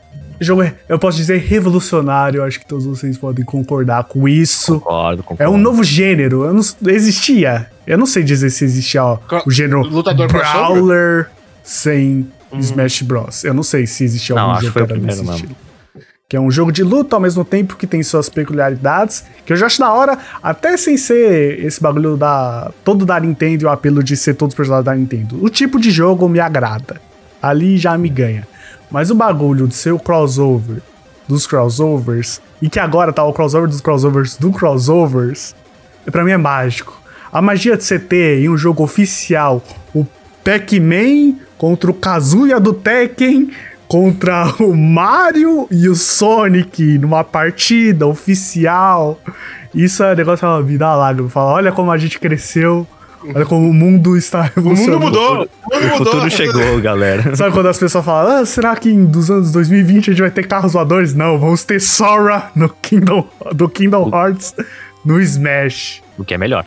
Speaker 1: O jogo é, eu posso dizer, revolucionário. Acho que todos vocês podem concordar com isso.
Speaker 3: Concordo, concordo.
Speaker 1: É um novo gênero. Eu não, existia. Eu não sei dizer se existia ó,
Speaker 2: Co-
Speaker 1: o gênero
Speaker 2: lutador
Speaker 1: Brawler sem Smash Bros. Eu não sei se existia
Speaker 3: Não,
Speaker 1: algum
Speaker 3: acho que
Speaker 1: jogo
Speaker 3: foi o
Speaker 1: que era
Speaker 3: primeiro
Speaker 1: desse
Speaker 3: mesmo.
Speaker 1: estilo. Que é um jogo de luta ao mesmo tempo que tem suas peculiaridades, que eu já acho da hora, até sem ser esse bagulho da todo da Nintendo e o apelo de ser todos os personagens da Nintendo. O tipo de jogo me agrada. Ali já me ganha. Mas o bagulho de ser o crossover dos crossovers, e que agora tá o crossover dos crossovers do crossovers, pra mim é mágico. A magia de você ter em um jogo oficial o Pac-Man contra o Kazuya do Tekken, contra o Mario e o Sonic numa partida oficial. Isso é um negócio que me dá lágrima. Fala, olha como a gente cresceu. Olha como o mundo está
Speaker 2: O
Speaker 1: evolucionando.
Speaker 2: mundo mudou. O mundo
Speaker 3: O
Speaker 2: mudou.
Speaker 3: futuro chegou, galera.
Speaker 1: Sabe quando as pessoas falam, ah, será que em, dos anos dois mil e vinte a gente vai ter carros voadores? Não, vamos ter Sora no Kingdom, do Kingdom Hearts no Smash.
Speaker 3: O que é melhor,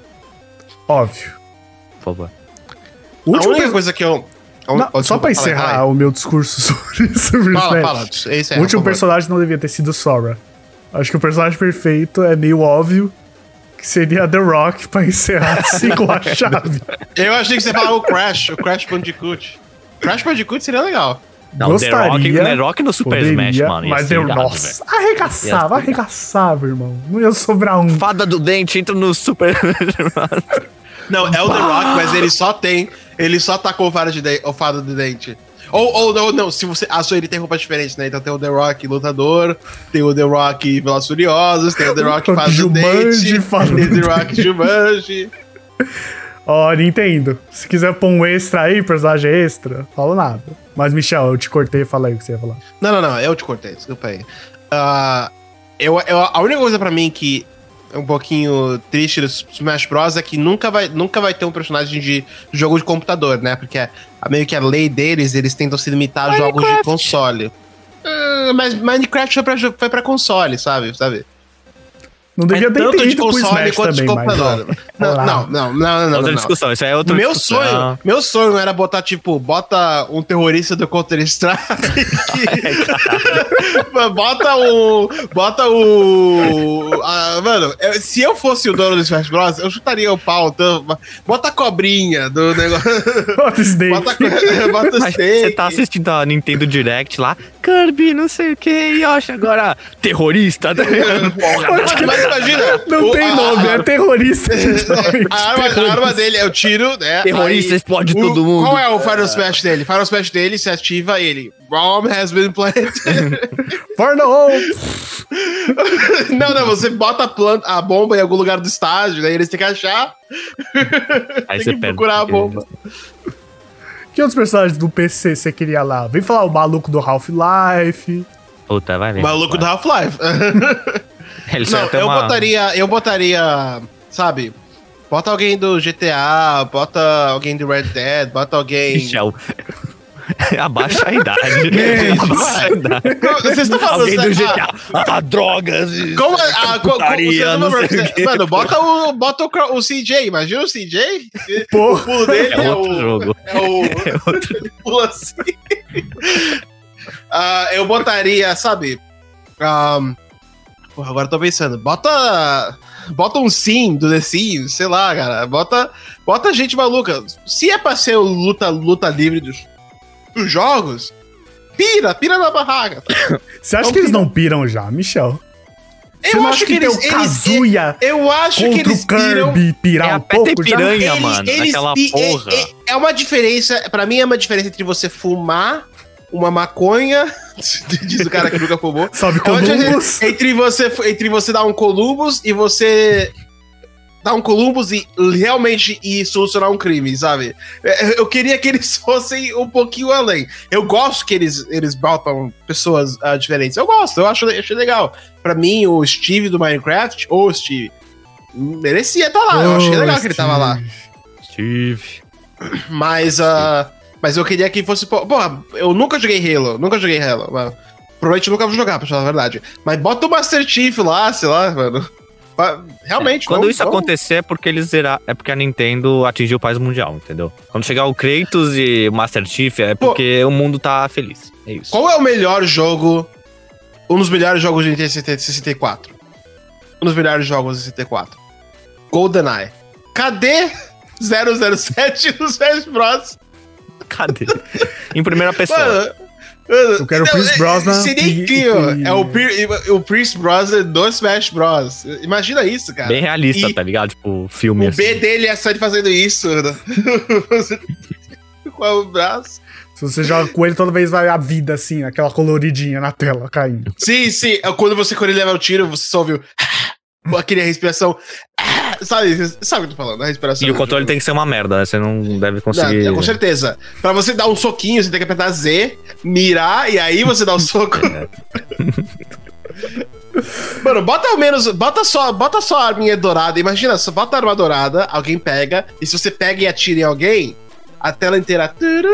Speaker 1: Óbvio.
Speaker 3: por favor.
Speaker 1: O
Speaker 2: A
Speaker 1: último
Speaker 2: única
Speaker 1: per-
Speaker 2: coisa que eu... a un-
Speaker 1: Não,
Speaker 2: oh,
Speaker 1: só
Speaker 2: desculpa,
Speaker 1: pra
Speaker 2: fala aí,
Speaker 1: encerrar
Speaker 2: fala aí.
Speaker 1: o meu discurso sobre, sobre
Speaker 2: Fala,
Speaker 1: Smash.
Speaker 2: fala. Esse é,
Speaker 1: O último
Speaker 2: por favor.
Speaker 1: personagem não devia ter sido Sora. Acho que o personagem perfeito é meio óbvio que seria The Rock pra encerrar assim com a chave.
Speaker 2: Eu achei que você falava o Crash, o Crash Bandicoot. Crash Bandicoot seria legal.
Speaker 3: Não,
Speaker 1: Gostaria,
Speaker 3: The Rock, The Rock no Super
Speaker 1: poderia,
Speaker 3: Smash, mano. ia
Speaker 1: Mas
Speaker 3: ser
Speaker 1: The
Speaker 3: irado,
Speaker 1: Nossa,
Speaker 3: velho.
Speaker 1: arregaçava,
Speaker 3: Ia ser
Speaker 1: arregaçava, irmão. Não ia sobrar um.
Speaker 3: Fada do dente entra no Super.
Speaker 2: Não, é o The Rock, mas ele só tem... Ele só tacou o fado de, de, o fado de dente. Ou, ou não, não, se você... Ah, só ele tem roupas diferentes, né? Então tem o The Rock lutador, tem o The Rock Velozes e Furiosos, tem o The Rock fado do
Speaker 1: Jumanji,
Speaker 2: dente,
Speaker 1: fado
Speaker 2: tem o
Speaker 1: do
Speaker 2: The Rock Jumanji.
Speaker 1: Ó, Nintendo, se quiser pôr um extra aí, personagem extra, falo nada. Mas, Michel, eu te cortei, fala aí o que você ia falar.
Speaker 2: Não, não, não, eu te cortei, desculpa aí. Uh, eu, eu, a única coisa pra mim que é um pouquinho triste do Smash Bros. É que nunca vai, nunca vai ter um personagem de jogo de computador, né? Porque é, meio que a lei deles, eles tentam se limitar a jogos de console. Uh, mas Minecraft foi pra, foi pra console, sabe? sabe?
Speaker 1: Não devia
Speaker 2: é
Speaker 1: ter
Speaker 2: tanto de
Speaker 1: entendido pro
Speaker 2: console
Speaker 1: Smash
Speaker 2: quanto
Speaker 1: também,
Speaker 2: de computador.
Speaker 1: mas,
Speaker 2: Não, não, não, não, não, não.
Speaker 3: Outra
Speaker 2: não.
Speaker 3: discussão, isso aí é outra
Speaker 2: meu
Speaker 3: discussão.
Speaker 2: Sonho, meu sonho era botar, tipo, bota um terrorista do Counter-Strike. bota o. Bota o. A, mano, eu, se eu fosse o dono do Smash Bros., eu chutaria o pau. Então, bota a cobrinha do negócio.
Speaker 1: Bota o Snake.
Speaker 2: Bota, bota o
Speaker 3: Mas
Speaker 2: Snake.
Speaker 3: você tá assistindo a Nintendo Direct lá, Kirby, não sei o que, Yoshi, agora terrorista.
Speaker 2: mas, mas imagina.
Speaker 1: Não
Speaker 2: o,
Speaker 1: tem
Speaker 2: a,
Speaker 1: nome,
Speaker 2: a,
Speaker 1: é terrorista.
Speaker 2: A arma, a arma dele é o tiro, né?
Speaker 3: Terrorista
Speaker 2: Aí,
Speaker 3: explode
Speaker 2: o,
Speaker 3: todo mundo.
Speaker 2: Qual é o Final Smash dele? Final Smash dele se ativa ele. Bomb has been planted.
Speaker 1: For no!
Speaker 2: Não, não, você bota a, planta, a bomba em algum lugar do estádio, daí eles têm que achar.
Speaker 3: Aí
Speaker 2: tem
Speaker 3: você
Speaker 2: que
Speaker 3: perde,
Speaker 2: procurar a
Speaker 3: porque-
Speaker 2: bomba.
Speaker 1: Que outros personagens do P C você queria lá? Vem falar o maluco do Half-Life.
Speaker 3: Puta, vai ver.
Speaker 2: Maluco do Half-Life.
Speaker 3: Ele só
Speaker 2: Não,
Speaker 3: tem
Speaker 2: eu
Speaker 3: uma...
Speaker 2: botaria, eu botaria, sabe? Bota alguém do G T A, bota alguém do Red Dead, bota alguém...
Speaker 3: Michel. Abaixa a idade. Abaixa a idade.
Speaker 2: Vocês estão falando...
Speaker 3: Alguém do G T
Speaker 2: ah,
Speaker 3: A. Ah, drogas.
Speaker 2: Como é? Ah, co- co-
Speaker 3: putaria,
Speaker 2: você
Speaker 3: não
Speaker 2: não
Speaker 3: sei
Speaker 2: vai-
Speaker 3: o quê.
Speaker 2: Mano, bota o, bota o, Cro- o C J, imagina o C J.
Speaker 1: Pô.
Speaker 2: O pulo dele
Speaker 3: É
Speaker 2: é,
Speaker 3: outro
Speaker 2: o.
Speaker 3: jogo.
Speaker 2: É o.
Speaker 3: É outro...
Speaker 2: Ele pula assim. Ah, eu botaria, sabe? Um, porra, agora eu tô pensando. Bota. Bota um sim do The Sims, sei lá, cara. Bota, bota gente maluca. Se é pra ser o luta, luta livre dos, dos jogos, pira, pira na barraca.
Speaker 1: Você acha
Speaker 2: Não
Speaker 1: que eles
Speaker 2: pira.
Speaker 1: não piram já, Michel? Você
Speaker 2: Eu
Speaker 1: não
Speaker 2: acho
Speaker 1: acha
Speaker 2: que
Speaker 1: tem
Speaker 2: eles.
Speaker 1: o
Speaker 2: eles
Speaker 1: Kazuya
Speaker 2: eu acho que
Speaker 1: contra
Speaker 2: eles
Speaker 1: o
Speaker 2: piram.
Speaker 1: Kirby pirar
Speaker 3: É a
Speaker 1: um
Speaker 3: peta e
Speaker 1: pouco já?
Speaker 3: piranha,
Speaker 2: Eles-
Speaker 3: mano.
Speaker 2: eles
Speaker 3: Aquela
Speaker 2: pi- é-
Speaker 3: porra.
Speaker 2: É, é uma diferença, pra mim é uma diferença entre você fumar uma maconha, diz o cara que nunca fumou.
Speaker 1: Sobe
Speaker 2: É uma diferença
Speaker 1: Columbus.
Speaker 2: entre você, entre você dar um Columbus e você dar um Columbus e realmente ir solucionar um crime, sabe? É, Eu queria que eles fossem um pouquinho além. Eu gosto que eles, eles botam pessoas ah, diferentes. Eu gosto, eu acho, acho legal. Pra mim, o Steve do Minecraft, ou Steve, merecia estar lá. Eu achei
Speaker 1: Oh,
Speaker 2: legal que ele tava lá.
Speaker 3: Steve.
Speaker 2: Mas, uh, mas eu queria que fosse. Pô, porra, eu nunca joguei Halo, nunca joguei Halo. Mas provavelmente nunca vou jogar, pra falar a verdade. Mas bota o Master Chief lá, sei lá, mano. Fa- Realmente,
Speaker 3: Quando
Speaker 2: não-
Speaker 3: isso
Speaker 2: não-
Speaker 3: acontecer é porque eles zerar, é porque a Nintendo atingiu paz mundial, entendeu? Quando chegar o Kratos e o Master Chief é porque o mundo tá feliz. É isso.
Speaker 2: Qual é o melhor jogo? Um dos melhores jogos de Nintendo sessenta e quatro. Um dos melhores jogos de sessenta e quatro. GoldenEye. Cadê zero zero sete no Smash Bros?
Speaker 3: Cadê? Em primeira pessoa.
Speaker 2: Mano, mano,
Speaker 1: Eu quero o
Speaker 2: não,
Speaker 1: Pierce
Speaker 2: é-
Speaker 1: Brosnan
Speaker 2: Seria
Speaker 1: e-
Speaker 2: incrível.
Speaker 1: e-
Speaker 2: É o, Pier- o Pierce Brosnan do Smash Bros. Imagina isso, cara.
Speaker 3: Bem realista,
Speaker 2: E
Speaker 3: tá ligado? Tipo, filme
Speaker 2: o
Speaker 3: assim.
Speaker 2: B dele é só ele fazendo isso. Né? Com o braço.
Speaker 1: Se você joga com ele, toda vez vai a vida assim, aquela coloridinha na tela caindo.
Speaker 2: Sim, sim. Quando você quando ele leva o tiro, você só ouviu aquele respiração. Sabe, sabe o que eu tô falando? A respiração.
Speaker 3: E o controle tem que ser uma merda, né? Você não deve conseguir.
Speaker 2: Não, com certeza. Pra você dar um soquinho, você tem que apertar Z, mirar, e aí você dá o soco. Mano, bota ao menos. Bota só, bota só a arminha dourada. Imagina, só bota a arma dourada, alguém pega, e se você pega e atira em alguém, a tela inteira.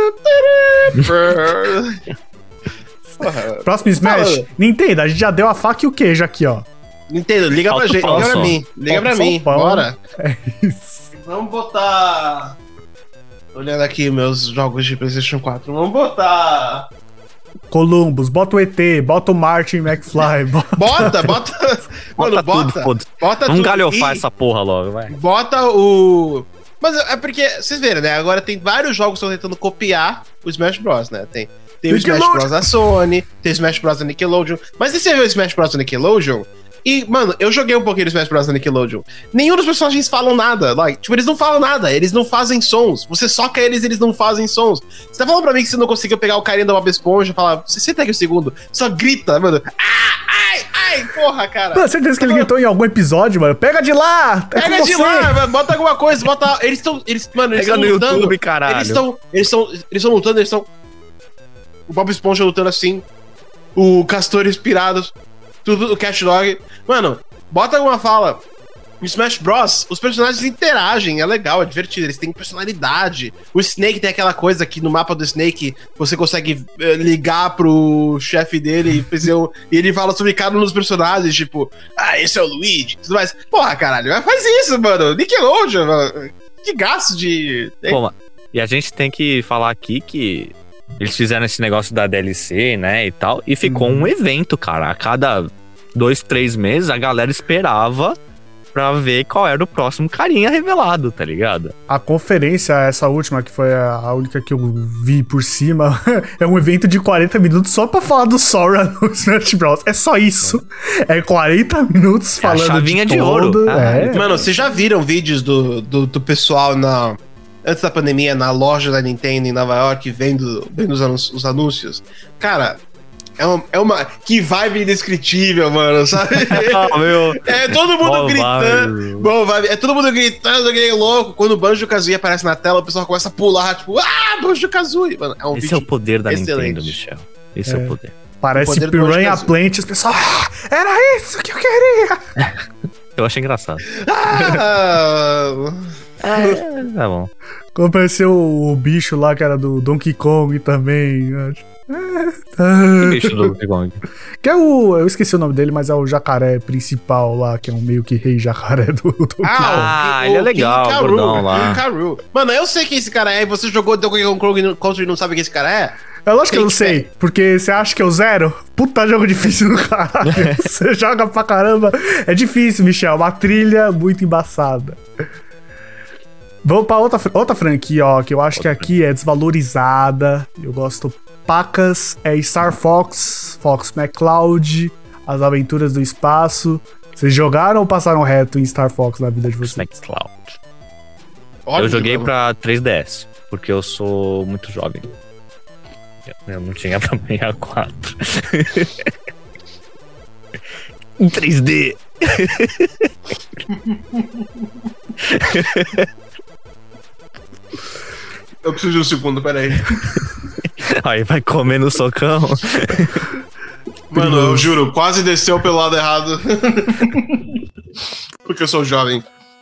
Speaker 2: Porra.
Speaker 1: Próximo Smash,
Speaker 2: Fala.
Speaker 1: Nintendo, a gente já deu a faca e o queijo aqui, ó.
Speaker 2: Nintendo, liga
Speaker 3: Falta
Speaker 2: pra gente,
Speaker 3: o pão
Speaker 2: liga pra
Speaker 3: só.
Speaker 2: mim, liga
Speaker 1: Falta
Speaker 2: pra
Speaker 1: só
Speaker 2: mim,
Speaker 1: o pão.
Speaker 2: bora.
Speaker 1: É isso.
Speaker 2: Vamos botar. Tô olhando aqui meus jogos de PlayStation quatro. Vamos botar.
Speaker 1: Columbus, bota o E T, bota o Martin McFly. Bota...
Speaker 2: Bota, bota. Mano,
Speaker 3: Bota
Speaker 2: bota.
Speaker 3: tudo, foda-se.
Speaker 2: Bota
Speaker 3: Vamos
Speaker 2: tudo.
Speaker 3: galhofar
Speaker 2: E
Speaker 3: essa porra logo, vai.
Speaker 2: Bota o. Mas é porque, vocês viram, né? Agora tem vários jogos que estão tentando copiar o Smash Bros, né? Tem, tem o Smash
Speaker 1: Nickelodeon.
Speaker 2: Bros da Sony, tem o Smash Bros da Nickelodeon. Mas e você viu o Smash Bros da Nickelodeon? E, mano, eu joguei um pouquinho do Smash Bros da Nickelodeon. Nenhum dos personagens falam nada. Like, tipo, eles não falam nada, eles não fazem sons. Você soca eles eles não fazem sons. Você tá falando pra mim que você não conseguiu pegar o carinha da Bob Esponja e falar, você senta aqui um segundo, só grita, mano. Ah, ai, ai, porra, cara.
Speaker 1: Mano, certeza que ele gritou em algum episódio, mano. Pega de lá! É
Speaker 2: Pega
Speaker 1: com
Speaker 2: de
Speaker 1: você.
Speaker 2: lá, mano, bota alguma coisa, bota. Eles estão. Eles, mano, eles
Speaker 3: Pega
Speaker 2: estão
Speaker 3: no
Speaker 2: lutando.
Speaker 3: YouTube, caralho.
Speaker 2: Eles estão. Eles estão. Eles estão lutando, eles estão. o Bob Esponja lutando assim, o Castor inspirado, tudo, o Cat Dog. Mano, bota alguma fala. No Smash Bros, os personagens interagem, é legal, é divertido, eles têm personalidade. O Snake tem aquela coisa que no mapa do Snake você consegue eh, ligar pro chefe dele e fazer um, e ele fala sobre cada um dos personagens, tipo, ah, esse é o Luigi, tudo mais. Porra, caralho, faz isso, mano. Nickelodeon, mano. Que gasto de...
Speaker 3: Pô, e a gente tem que falar aqui que eles fizeram esse negócio da D L C, né, e tal, e ficou hum. um evento, cara. A cada dois, três meses a galera esperava pra ver qual era o próximo carinha revelado, tá ligado?
Speaker 1: A conferência, essa última, que foi a única que eu vi por cima, é um evento de quarenta minutos só pra falar do Sora no Smash Bros. É só isso. É quarenta minutos falando
Speaker 3: é a chavinha
Speaker 1: de,
Speaker 3: de
Speaker 1: todo.
Speaker 3: ouro.
Speaker 1: Ah, é.
Speaker 2: Mano, vocês já viram vídeos do, do, do pessoal na... antes da pandemia, na loja da Nintendo em Nova York, vendo, vendo os, anúncios, os anúncios? Cara... É uma, é uma... Que vibe indescritível, mano, sabe?
Speaker 3: Ah, meu.
Speaker 2: É todo mundo
Speaker 3: Bom
Speaker 2: gritando.
Speaker 3: vibe.
Speaker 2: Bom vibe. É todo mundo gritando, que nem louco. Quando o Banjo-Kazooie aparece na tela, o pessoal começa a pular, tipo, ah, Banjo-Kazooie. Mano, é um
Speaker 3: Esse é o poder da
Speaker 2: excelente.
Speaker 3: Nintendo, Michel. Esse é, é o poder.
Speaker 1: Parece
Speaker 2: o poder
Speaker 1: Piranha Plant, os pessoal, ah, era isso que eu queria.
Speaker 3: Eu achei engraçado.
Speaker 2: Ah...
Speaker 3: é, tá bom.
Speaker 1: Quando apareceu o bicho lá, que era do Donkey Kong também.
Speaker 3: Que bicho do Donkey Kong?
Speaker 1: Que é o... Eu esqueci o nome dele, mas é o jacaré principal lá, que é um meio que rei jacaré do Donkey Kong.
Speaker 3: Ah, ele é legal, o gordão lá.
Speaker 2: Mano, eu sei quem esse cara é, e você jogou Donkey Kong Country e não sabe quem esse cara é?
Speaker 1: É lógico que eu não sei, porque você acha que eu zero? Puta jogo difícil do caralho. Você joga pra caramba. É difícil, Michel. Uma trilha muito embaçada. Vamos pra outra, outra franquia, ó, que eu acho que aqui é desvalorizada. Eu gosto pacas. É Star Fox, Fox McCloud, As Aventuras do Espaço. Vocês jogaram ou passaram reto em Star Fox na vida de vocês?
Speaker 3: McCloud.
Speaker 2: Óbvio,
Speaker 3: eu joguei
Speaker 2: mano.
Speaker 3: pra três D S, porque eu sou muito jovem. Eu não tinha pra sessenta e quatro. Em três D.
Speaker 2: Eu preciso de um segundo, peraí.
Speaker 3: Aí vai comer no socão.
Speaker 2: Mano, eu juro, quase desceu pelo lado errado. Porque eu sou jovem.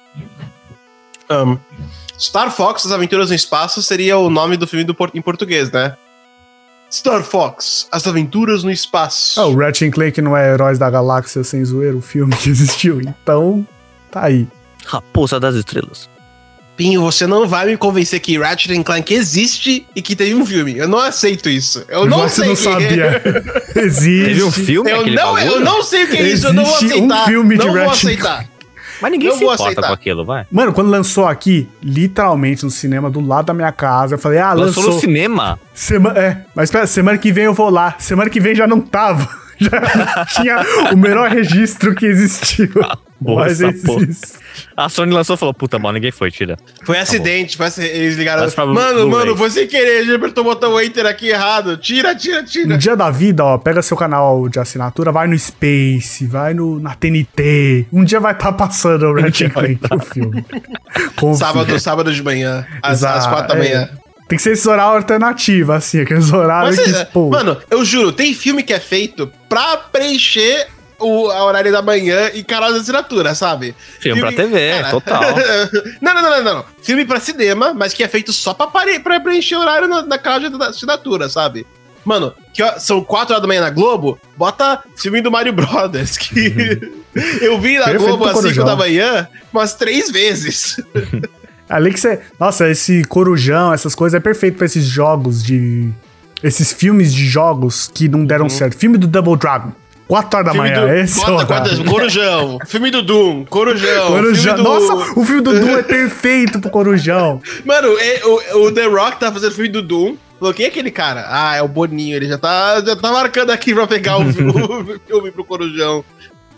Speaker 2: Um, Star Fox, As Aventuras no Espaço seria o nome do filme do por- em português, né? Star Fox, As Aventuras no Espaço.
Speaker 1: Ah, o Ratchet and Clank não é Heróis da Galáxia sem zoeira, o filme que existiu. Então, tá aí.
Speaker 3: Raposa das Estrelas.
Speaker 2: Pinho, você não vai me convencer que Ratchet and Clank existe e que teve um filme. Eu não aceito isso. Eu não
Speaker 1: Você
Speaker 2: sei
Speaker 1: não
Speaker 2: que
Speaker 1: sabia. Existe.
Speaker 3: Teve um filme
Speaker 2: Eu
Speaker 3: aquele
Speaker 2: não,
Speaker 3: bagulho?
Speaker 2: eu não sei o que é isso, eu não vou
Speaker 1: Existe
Speaker 2: aceitar.
Speaker 1: um filme de
Speaker 2: não vou
Speaker 1: Ratchet and
Speaker 2: aceitar.
Speaker 3: Mas ninguém
Speaker 2: Não
Speaker 3: se
Speaker 2: vou
Speaker 3: importa
Speaker 2: aceitar.
Speaker 3: com aquilo, vai.
Speaker 1: Mano, quando lançou aqui, literalmente no cinema do lado da minha casa, eu falei, ah, lançou.
Speaker 3: Lançou no cinema.
Speaker 1: Sema... É, mas espera, semana que vem eu vou lá. Semana que vem já não tava. Já tinha o melhor registro que existiu.
Speaker 3: Boa
Speaker 1: Mas
Speaker 3: essa porra.
Speaker 1: existe.
Speaker 3: A Sony lançou e falou, puta, mano, ninguém foi, tira.
Speaker 2: Foi acidente, foi acidente. Eles ligaram.
Speaker 3: Mas pra
Speaker 2: Mano,
Speaker 3: Blu-ray.
Speaker 2: mano, foi sem querer. A gente apertou o botão Enter aqui errado. Tira, tira,
Speaker 1: No
Speaker 2: tira.
Speaker 1: dia da vida, ó, pega seu canal de assinatura, vai no Space, vai no, na T N T. Um dia vai estar passando o Ratchet and Clank, o filme. Confia.
Speaker 2: Sábado, sábado de manhã, às,
Speaker 1: Exato,
Speaker 2: às quatro da
Speaker 1: é.
Speaker 2: manhã.
Speaker 1: Tem que ser esse horário alternativo, assim, aqueles horários
Speaker 2: Mas,
Speaker 1: que,
Speaker 2: é,
Speaker 1: pô...
Speaker 2: mano, eu juro, tem filme que é feito pra preencher o a horário da manhã e canal de assinatura, sabe?
Speaker 3: Filme pra T V, total.
Speaker 2: não, não, não, não, não. Filme pra cinema, mas que é feito só pra, pare... pra preencher o horário na, na canal de assinatura, sabe? Mano, que ó, são quatro horas da manhã na Globo, bota filme do Mario Brothers, que eu vi na
Speaker 1: Perfeito
Speaker 2: Globo
Speaker 1: pro
Speaker 2: às cinco
Speaker 1: Corujão.
Speaker 2: da manhã umas três vezes.
Speaker 1: Ali que você... Nossa, esse Corujão, essas coisas, é perfeito pra esses jogos de... Esses filmes de jogos que não deram certo. Filme do Double Dragon. quatro horas da
Speaker 2: Filme
Speaker 1: manhã,
Speaker 2: do...
Speaker 1: esse é o
Speaker 2: Bota
Speaker 1: horário.
Speaker 2: quatro... Corujão. Filme do Doom. Corujão.
Speaker 1: Corujão.
Speaker 2: Filme do...
Speaker 1: Nossa, o filme do Doom é perfeito pro Corujão.
Speaker 2: Mano, é, o, o The Rock tá fazendo filme do Doom. Falou, quem é aquele cara? Ah, é o Boninho. Ele já tá, já tá marcando aqui pra pegar o, fi- o filme pro Corujão.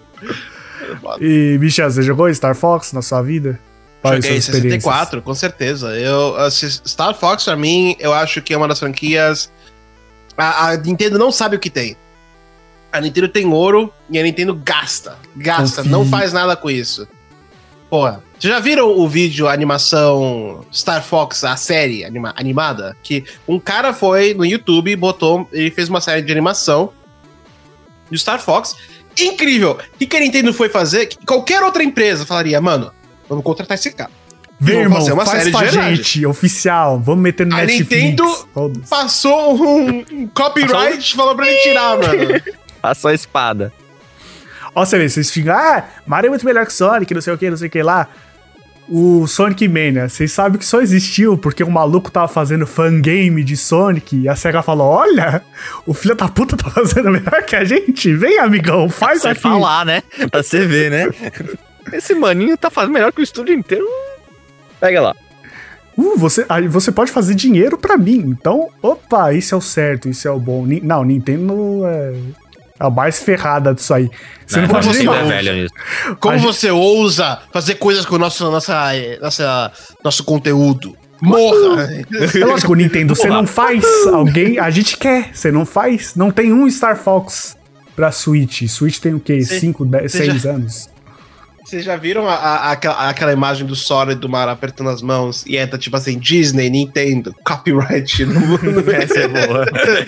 Speaker 1: E, Michel, você jogou Star Fox na sua vida? Quais
Speaker 2: Joguei
Speaker 1: suas
Speaker 2: sessenta e
Speaker 1: experiências?
Speaker 2: quatro, com certeza. Eu, assim, Star Fox, pra mim, eu acho que é uma das franquias... A, a Nintendo não sabe o que tem. A Nintendo tem ouro e a Nintendo gasta. Gasta,
Speaker 1: Confie.
Speaker 2: não faz nada com isso. Porra, vocês já viram o vídeo, a animação Star Fox, a série anima, animada? Que um cara foi no YouTube e botou, ele fez uma série de animação do Star Fox. Incrível! O que, que a Nintendo foi fazer? Que qualquer outra empresa falaria, mano, vamos contratar esse cara.
Speaker 1: Vem, irmão,
Speaker 2: fazer uma
Speaker 1: faz
Speaker 2: série
Speaker 1: pra
Speaker 2: de verdade.
Speaker 1: gente, oficial. Vamos meter no
Speaker 2: A
Speaker 1: Netflix.
Speaker 2: Nintendo
Speaker 1: Todos.
Speaker 2: passou um, um copyright e falou pra ele tirar, mano.
Speaker 3: Passou a espada.
Speaker 1: Ó, você vê, vocês ficam, ah, Mario é muito melhor que Sonic, não sei o que, não sei o que lá. O Sonic Mania, vocês sabem que só existiu porque um maluco tava fazendo fangame de Sonic e a SEGA falou, olha, o filho da puta tá fazendo melhor que a gente. Vem, amigão, faz
Speaker 3: Pra
Speaker 1: aqui.
Speaker 3: você falar, né? Pra você ver, né? Esse maninho tá fazendo melhor que o estúdio inteiro. Pega lá.
Speaker 1: Uh, você, aí você pode fazer dinheiro pra mim. Então, opa, isso é o certo, isso é o bom. Ni- Não, Nintendo é a mais ferrada disso aí. Você não,
Speaker 3: não,
Speaker 1: pode
Speaker 3: você
Speaker 1: nem
Speaker 3: é
Speaker 1: mais.
Speaker 3: velho nisso.
Speaker 2: Como
Speaker 1: A gente-
Speaker 2: você ousa fazer coisas com o nosso, nossa, nossa, nosso conteúdo? Morra!
Speaker 1: É lógico, Nintendo, você
Speaker 3: Porra.
Speaker 1: não faz alguém. A gente quer, você não faz. Não tem um Star Fox pra Switch. Switch tem o quê?
Speaker 2: Cê-
Speaker 1: cinco, dez,
Speaker 2: cê
Speaker 1: seis
Speaker 2: já-
Speaker 1: anos?
Speaker 2: Vocês já viram a, a- aquela, aquela imagem do Sora e do Mario apertando as mãos? E é tá tipo assim, Disney, Nintendo, copyright no mundo.
Speaker 3: Essa é boa.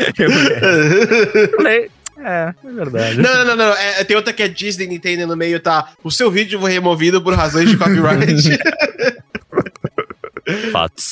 Speaker 3: Falei, é, é verdade.
Speaker 2: Não, não, não, não. É, tem outra que é Disney, Nintendo no meio, tá? O seu vídeo foi removido por razões de copyright.
Speaker 3: Fatos.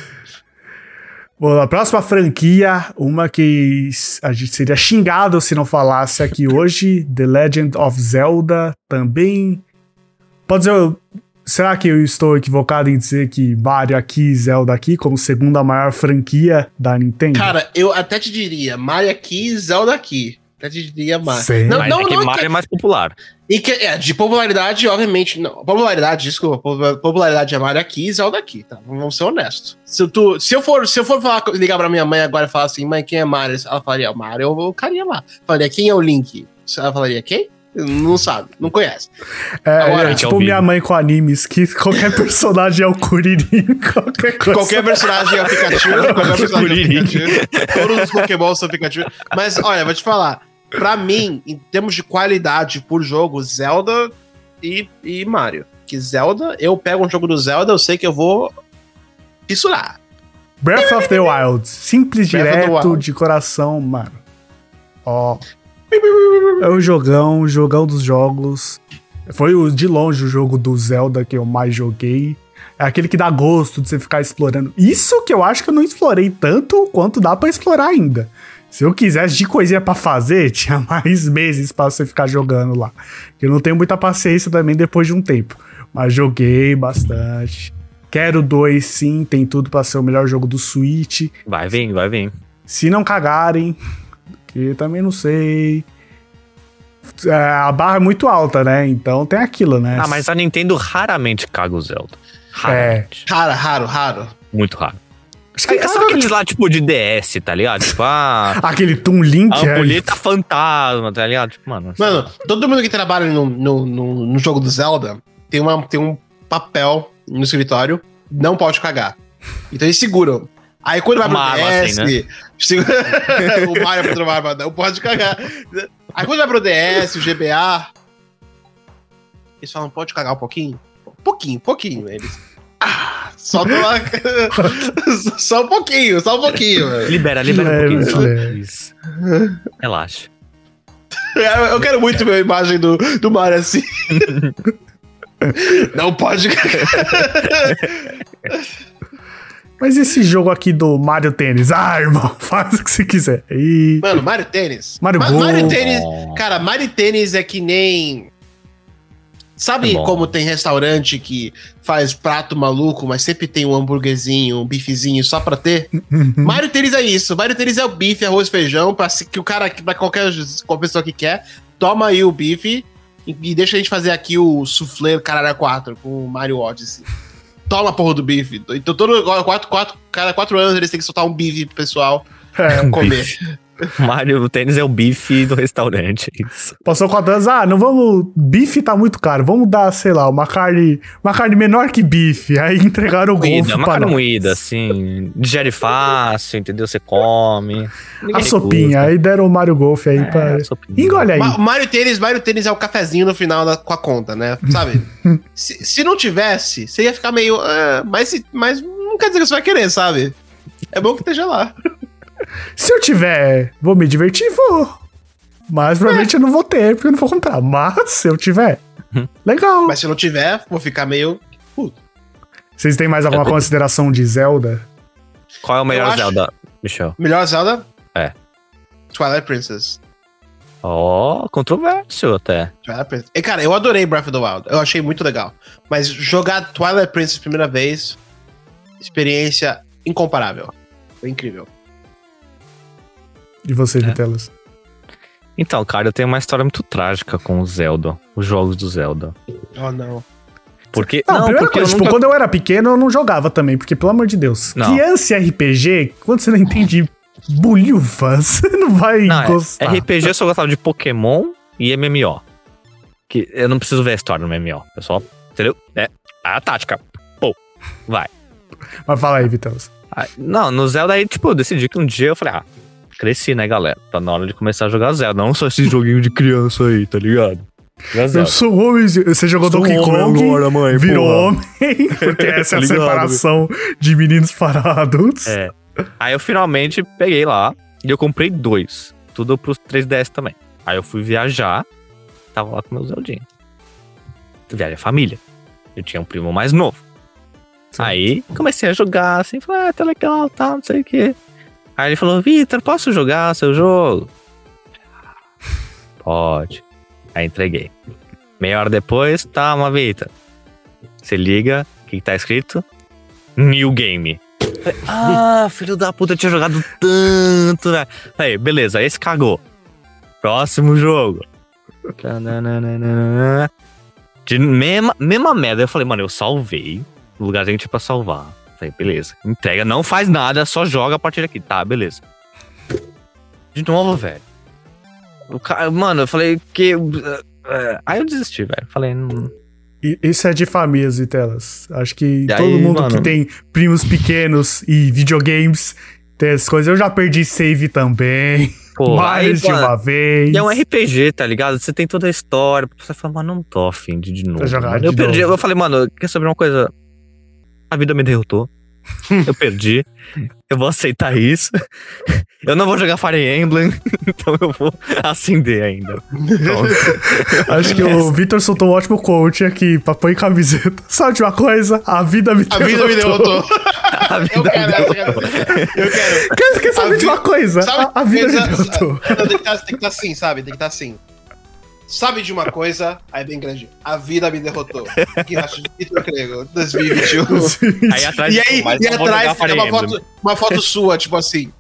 Speaker 1: Bom, a próxima franquia, uma que a gente seria xingado se não falasse aqui hoje, The Legend of Zelda, também. Pode dizer, eu- será que eu estou equivocado em dizer que Mario aqui e Zelda aqui como segunda maior franquia da Nintendo?
Speaker 2: Cara, eu até te diria, Mario aqui e Zelda aqui. Até te diria Mario.
Speaker 1: Sei.
Speaker 2: Não,
Speaker 3: Mas
Speaker 2: não,
Speaker 3: é que
Speaker 2: não,
Speaker 3: Mario
Speaker 2: que-
Speaker 3: é mais popular.
Speaker 2: E que, é, de popularidade, obviamente, não. Popularidade, desculpa, po- popularidade é Mario aqui e Zelda aqui, tá? Vamos ser honestos. Se, tu, se eu for, se eu for falar, ligar pra minha mãe agora e falar assim, mãe, quem é Mario? Ela falaria, o Mario, eu, eu caria lá. Falaria, quem é o Link? Ela falaria, quem? Não sabe, não conhece.
Speaker 1: É,
Speaker 2: Agora,
Speaker 1: é
Speaker 3: é
Speaker 1: tipo
Speaker 3: o
Speaker 1: minha
Speaker 3: vídeo.
Speaker 1: mãe com animes, que qualquer personagem é o Kuririn, qualquer coisa.
Speaker 2: Qualquer personagem é o Pikachu, qualquer personagem é o Pikachu. Todos os Pokéballs são Pikachu. Mas, olha, vou te falar. Pra mim, em termos de qualidade por jogo, Zelda e, e Mario. Que Zelda, eu pego um jogo do Zelda, eu sei que eu vou fissurar.
Speaker 1: Breath of the Wild, simples,
Speaker 2: Breath of the
Speaker 1: direto,
Speaker 2: Wild.
Speaker 1: de coração, mano. Ó. É o jogão, o jogão dos jogos. Foi o, de longe o jogo do Zelda que eu mais joguei. É aquele que dá gosto de você ficar explorando. Isso que eu acho que eu não explorei tanto quanto dá pra explorar ainda. Se eu quisesse de coisinha pra fazer, tinha mais meses pra você ficar jogando lá. Eu não tenho muita paciência também depois de um tempo. Mas joguei bastante. Quero dois, sim, tem tudo pra ser o melhor jogo do Switch.
Speaker 3: Vai vir, vai vir.
Speaker 1: Se não cagarem, que também não sei. É, a barra é muito alta, né? Então tem aquilo, né?
Speaker 3: Ah, mas a Nintendo raramente caga o Zelda. Raramente.
Speaker 2: Raro, raro, raro.
Speaker 3: Muito raro.
Speaker 1: Acho que
Speaker 3: É só aqueles lá, tipo, de D S, tá ligado? Tipo, ah,
Speaker 1: aquele Toon Link.
Speaker 3: a ampulheta fantasma, tá ligado? Tipo, mano...
Speaker 2: Mano, todo mundo que trabalha no, no, no, no jogo do Zelda tem, uma, tem um papel no escritório, não pode cagar. Então eles seguram. Aí quando vai pro
Speaker 3: Uma
Speaker 2: D
Speaker 3: arma
Speaker 2: S,
Speaker 3: assim,
Speaker 2: segura- o Mario contra uma arma, não pode cagar. Aí quando vai pro D S, o G B A, eles falam, pode cagar um pouquinho? Pouquinho, pouquinho. Eles, ah, solta lá. Só um pouquinho, só um pouquinho, velho.
Speaker 3: Libera, libera
Speaker 1: Leve,
Speaker 3: um pouquinho. só.
Speaker 1: leve.
Speaker 3: Isso. Relaxa.
Speaker 2: Eu eu quero muito ver a imagem do, do Mario assim. Não pode cagar.
Speaker 1: Mas esse jogo aqui do Mario Tênis, ah, irmão, faz o que você quiser. E...
Speaker 2: Mano, Mario Tênis.
Speaker 1: Mario
Speaker 2: Ma-
Speaker 1: Gol.
Speaker 2: Mario Tênis.
Speaker 3: Oh.
Speaker 2: Cara, Mario Tênis é que nem. Sabe
Speaker 3: É bom.
Speaker 2: como tem restaurante que faz prato maluco, mas sempre tem um hambúrguerzinho, um bifezinho só pra ter? Mario Tênis é isso. Mario Tênis é o bife, arroz, feijão, pra se- que o cara, pra qualquer, qualquer pessoa que quer, toma aí o bife e, e deixa a gente fazer aqui o soufflé caralho quatro com o Mario Odyssey. Toma a porra do bife. Então, todo, quatro, quatro, cada quatro anos eles têm que soltar um bife pro pessoal
Speaker 1: É,
Speaker 2: comer.
Speaker 3: Mario Tênis é o bife do restaurante. Isso.
Speaker 1: Passou quatro anos, ah, não vamos. Bife tá muito caro, vamos dar, sei lá, uma carne. Uma carne menor que bife. Aí entregaram o golfe.
Speaker 3: Uma carne moída, assim. Digere fácil, entendeu? Você come.
Speaker 1: A sopinha, custa. Aí deram o Mario Golf aí é, pra. Engole aí.
Speaker 2: Ma Mario Tênis, Mario Tênis é o cafezinho no final da, com a conta, né? Sabe? se, se não tivesse, você ia ficar meio. Uh, mas, mas não quer dizer que você vai querer, sabe? É bom que esteja lá.
Speaker 1: Se eu tiver, vou me divertir, vou. Mas provavelmente é. eu não vou ter, porque eu não vou comprar. Mas se eu tiver, legal.
Speaker 2: Mas se não tiver, vou ficar meio puto.
Speaker 1: Vocês têm mais alguma consideração de Zelda?
Speaker 3: Qual é o melhor Zelda, Michel?
Speaker 2: Melhor Zelda?
Speaker 3: É.
Speaker 2: Twilight Princess.
Speaker 3: Ó, oh, controverso até.
Speaker 2: Twilight Princess. E, cara, eu adorei Breath of the Wild. Eu achei muito legal. Mas jogar Twilight Princess primeira vez, experiência incomparável. Foi incrível.
Speaker 1: E você,
Speaker 3: é.
Speaker 1: Vitelas?
Speaker 3: Então, cara, eu tenho uma história muito trágica com o Zelda. Os jogos do Zelda.
Speaker 2: Oh, não.
Speaker 3: Porque,
Speaker 1: não,
Speaker 3: não,
Speaker 1: primeira
Speaker 3: porque
Speaker 1: coisa,
Speaker 3: eu
Speaker 1: tipo,
Speaker 3: nunca...
Speaker 1: quando eu era pequeno, eu não jogava também. Porque, pelo amor de Deus,
Speaker 3: não.
Speaker 1: criança e R P G, quando você não entende bolhufa, você não vai não, gostar.
Speaker 3: É, R P G eu só gostava de Pokémon e M M O. Que eu não preciso ver a história no M M O. Pessoal, entendeu? É a tática. Pô, vai.
Speaker 1: Mas fala aí, Vitelas.
Speaker 3: Não, no Zelda aí, tipo, eu decidi que um dia eu falei, ah, cresci, né, galera? Tá na hora de começar a jogar Zelda. Não só esse joguinho de criança aí, tá ligado?
Speaker 1: Eu sou homem. Você jogou Donkey Kong,
Speaker 3: agora, mãe,
Speaker 1: virou porra. Homem. Porque essa é a separação de meninos para adultos.
Speaker 3: É. Aí eu finalmente peguei lá e eu comprei dois. Tudo pros três D S também. Aí eu fui viajar, tava lá com meu Zeldinho. Viagem família. Eu tinha um primo mais novo. Sim. Aí comecei a jogar assim, falei, ah, tá legal, tá, não sei o que. Aí ele falou, Vitor, posso jogar seu jogo? Pode. Aí entreguei. Meia hora depois, tá, uma Vitor. Você liga, o que, que tá escrito? New Game. Falei, ah, filho da puta, eu tinha jogado tanto, né? Aí, beleza, esse cagou. Próximo jogo. De mesma, mesma merda. Eu falei, mano, eu salvei. O lugarzinho tinha pra salvar. Falei, beleza. Entrega, não faz nada, só joga a partir daqui. Tá, beleza. De novo, velho. O cara, mano, eu falei que... Aí eu desisti, velho. Falei... Não...
Speaker 1: Isso é de famílias, Vitelas. Acho que
Speaker 3: e
Speaker 1: todo
Speaker 3: aí,
Speaker 1: mundo
Speaker 3: mano...
Speaker 1: que tem primos pequenos e videogames tem essas coisas. Eu já perdi save também. Pô, mais de uma vez.
Speaker 3: E é um R P G, tá ligado? Você tem toda a história. Você fala, mano, não tô afim de de novo.
Speaker 1: Jogar
Speaker 3: eu
Speaker 1: de
Speaker 3: perdi.
Speaker 1: novo.
Speaker 3: Eu falei, mano, quer saber uma coisa? A vida me derrotou. Eu perdi. Eu vou aceitar isso. Eu não vou jogar Fire Emblem, então eu vou acender ainda.
Speaker 1: Acho que o Vitor soltou um ótimo quote aqui, papai e camiseta. Sabe de uma coisa? A vida me derrotou.
Speaker 2: A vida me derrotou.
Speaker 3: A vida
Speaker 2: eu quero,
Speaker 3: me derrotou.
Speaker 2: eu quero. Eu quero.
Speaker 1: Quer, quer saber a de uma coisa?
Speaker 2: Sabe,
Speaker 1: a, a vida me derrotou.
Speaker 2: Tem que estar tá assim, sabe? Tem que estar tá assim. Sabe de uma coisa? Aí bem grande. A vida me derrotou. Que acho de Vitor Crego, dois mil e vinte e um.
Speaker 3: Aí atrás,
Speaker 2: e aí, e atrás tem uma foto, uma foto sua, tipo assim.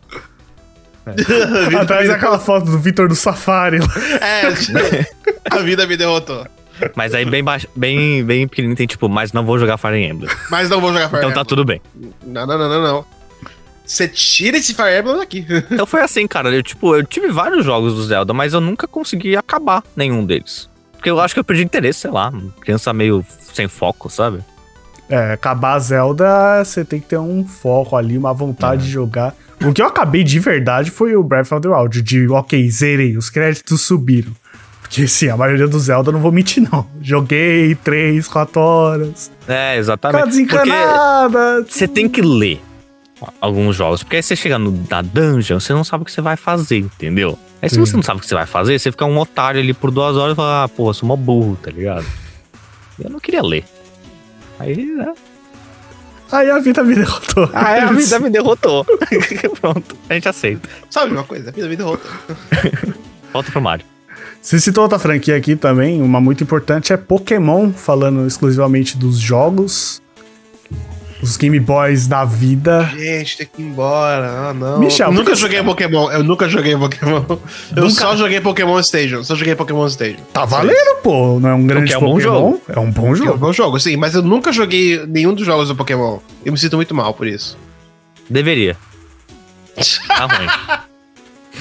Speaker 1: É. Atrás é aquela foto do Vitor do Safari.
Speaker 2: É, a vida me derrotou.
Speaker 3: Mas aí bem, baixo, bem, bem pequenininho tem tipo, mas não vou jogar Fire Emblem.
Speaker 2: Mas não vou jogar Fire
Speaker 3: então
Speaker 2: Emblem.
Speaker 3: Então tá tudo bem.
Speaker 2: Não, não, não, não, não. Você tira esse Fire Emblem daqui.
Speaker 3: Então foi assim, cara. Eu, tipo, eu tive vários jogos do Zelda, mas eu nunca consegui acabar nenhum deles. Porque eu acho que eu perdi interesse, sei lá. Criança meio sem foco, sabe?
Speaker 1: É, acabar Zelda, você tem que ter um foco ali, uma vontade é. de jogar. O que eu acabei de verdade foi o Breath of the Wild. De, ok, zerei, os créditos subiram. Porque, sim, a maioria do Zelda, não vou mentir, não. Joguei três, quatro horas.
Speaker 3: É, exatamente.
Speaker 1: Fica desencanada.
Speaker 3: Você tem que ler alguns jogos, porque aí você chega no, na dungeon, você não sabe o que você vai fazer, entendeu? Aí se Sim. você não sabe o que você vai fazer, você fica um otário ali por duas horas e fala, ah, pô, eu sou mó burro, tá ligado? Eu não queria ler. Aí, né?
Speaker 1: Aí a vida me derrotou.
Speaker 3: Aí a vida me derrotou. Pronto, a gente aceita.
Speaker 2: Sabe uma coisa? A vida me derrotou.
Speaker 3: Volta pro Mario.
Speaker 1: Você citou outra franquia aqui também, uma muito importante é Pokémon, falando exclusivamente dos jogos. Os Game Boys da vida.
Speaker 2: Gente, tem que ir embora. Ah, não.
Speaker 1: Michel,
Speaker 2: nunca joguei Pokémon. Eu nunca joguei Pokémon. Eu
Speaker 1: nunca...
Speaker 2: só joguei Pokémon Station. Só joguei Pokémon Station.
Speaker 1: Tá valendo, pô. Não é um grande
Speaker 3: é um
Speaker 1: Pokémon.
Speaker 3: Bom jogo.
Speaker 1: É um bom jogo.
Speaker 2: É um bom jogo, sim. Mas eu nunca joguei nenhum dos jogos do Pokémon. Eu me sinto muito mal por isso.
Speaker 3: Deveria. Tá ruim.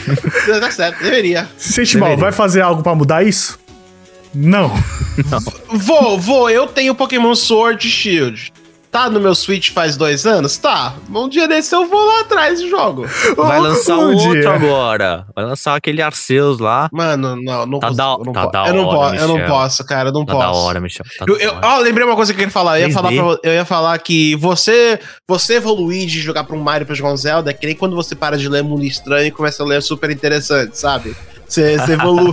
Speaker 2: Tá certo, deveria.
Speaker 1: Sentinel, vai fazer algo pra mudar isso? Não.
Speaker 2: Não. Vou, vou. Eu tenho Pokémon Sword e Shield. Tá no meu Switch faz dois anos? Tá. Um dia desse eu vou lá atrás e jogo.
Speaker 3: Vai lançar
Speaker 1: Um
Speaker 3: outro
Speaker 1: dia.
Speaker 3: agora. Vai lançar aquele Arceus lá.
Speaker 2: Mano, não, não
Speaker 3: Tá
Speaker 2: consigo.
Speaker 3: da-
Speaker 2: eu não,
Speaker 3: tá
Speaker 2: po-
Speaker 3: da
Speaker 2: eu não
Speaker 3: hora,
Speaker 2: posso, eu não
Speaker 3: Michel.
Speaker 2: posso, cara, eu não
Speaker 3: Tá
Speaker 2: posso.
Speaker 3: da hora, Michel. Tá
Speaker 2: Eu,
Speaker 3: da
Speaker 2: eu,
Speaker 3: hora.
Speaker 2: ó, lembrei uma coisa que eu queria falar. Eu ia falar,
Speaker 3: três D.
Speaker 2: pra, eu ia falar que você, você evoluir de jogar pra um Mario pra jogar um Zelda é que nem quando você para de ler Mundo Estranho e começa a ler Super Interessante, sabe? Você, você evolui.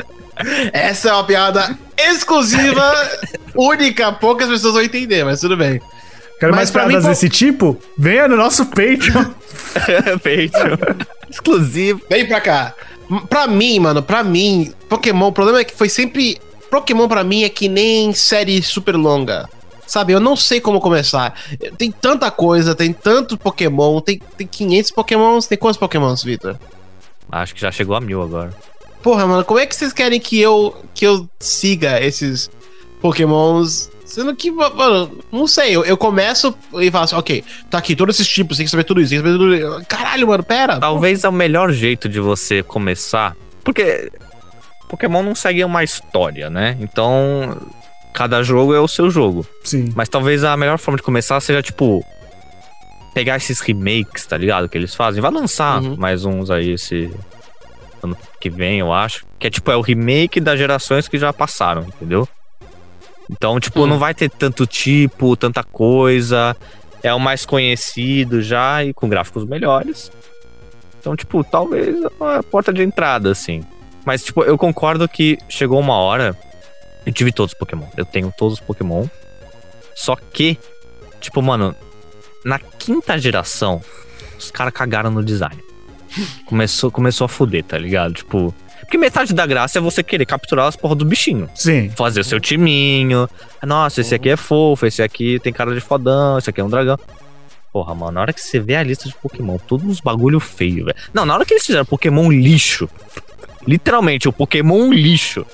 Speaker 2: Essa é uma piada exclusiva, única, poucas pessoas vão entender, mas tudo bem.
Speaker 1: Quero
Speaker 2: Mas
Speaker 1: mais
Speaker 2: pra
Speaker 1: piadas
Speaker 2: mim,
Speaker 1: desse tipo? Venha no nosso Patreon.
Speaker 3: Feito. Exclusivo.
Speaker 2: Vem pra cá. Pra mim, mano, pra mim, Pokémon, o problema é que foi sempre... Pokémon pra mim é que nem série super longa. Sabe, eu não sei como começar. Tem tanta coisa, tem tanto Pokémon, tem, tem quinhentos Pokémons. Tem quantos Pokémons, Victor?
Speaker 3: Acho que já chegou a mil agora.
Speaker 2: Porra, mano, como é que vocês querem que eu, que eu siga esses Pokémons? Sendo que, mano, não sei, eu, eu começo e falo assim, ok, tá aqui todos esses tipos, tem que saber tudo isso, tem que saber tudo isso. Caralho, mano, pera.
Speaker 3: Talvez é o melhor jeito de você começar. Porque Pokémon não segue uma história, né? Então, cada jogo é o seu jogo.
Speaker 1: Sim.
Speaker 3: Mas talvez a melhor forma de começar seja, tipo, pegar esses remakes, tá ligado? Que eles fazem. Vai lançar
Speaker 2: Uhum.
Speaker 3: mais uns aí esse ano que vem, eu acho. Que é, tipo, é o remake das gerações que já passaram, entendeu? Então, tipo,
Speaker 2: Hum.
Speaker 3: não vai ter tanto tipo, tanta coisa. É o mais conhecido já e com gráficos melhores. Então, tipo, talvez é uma porta de entrada, assim. Mas, tipo, eu concordo que chegou uma hora... Eu tive todos os Pokémon. Eu tenho todos os Pokémon. Só que, tipo, mano... Na quinta geração, os caras cagaram no design. Começou, começou a fuder, tá ligado? Tipo... Porque metade da graça é você querer capturar as porra do bichinho.
Speaker 1: Sim.
Speaker 3: Fazer o seu timinho. Nossa, esse aqui é fofo, esse aqui tem cara de fodão, esse aqui é um dragão. Porra, mano, na hora que você vê a lista de Pokémon, todos uns bagulho feio, velho. Não, na hora que eles fizeram Pokémon lixo. Literalmente, o Pokémon lixo.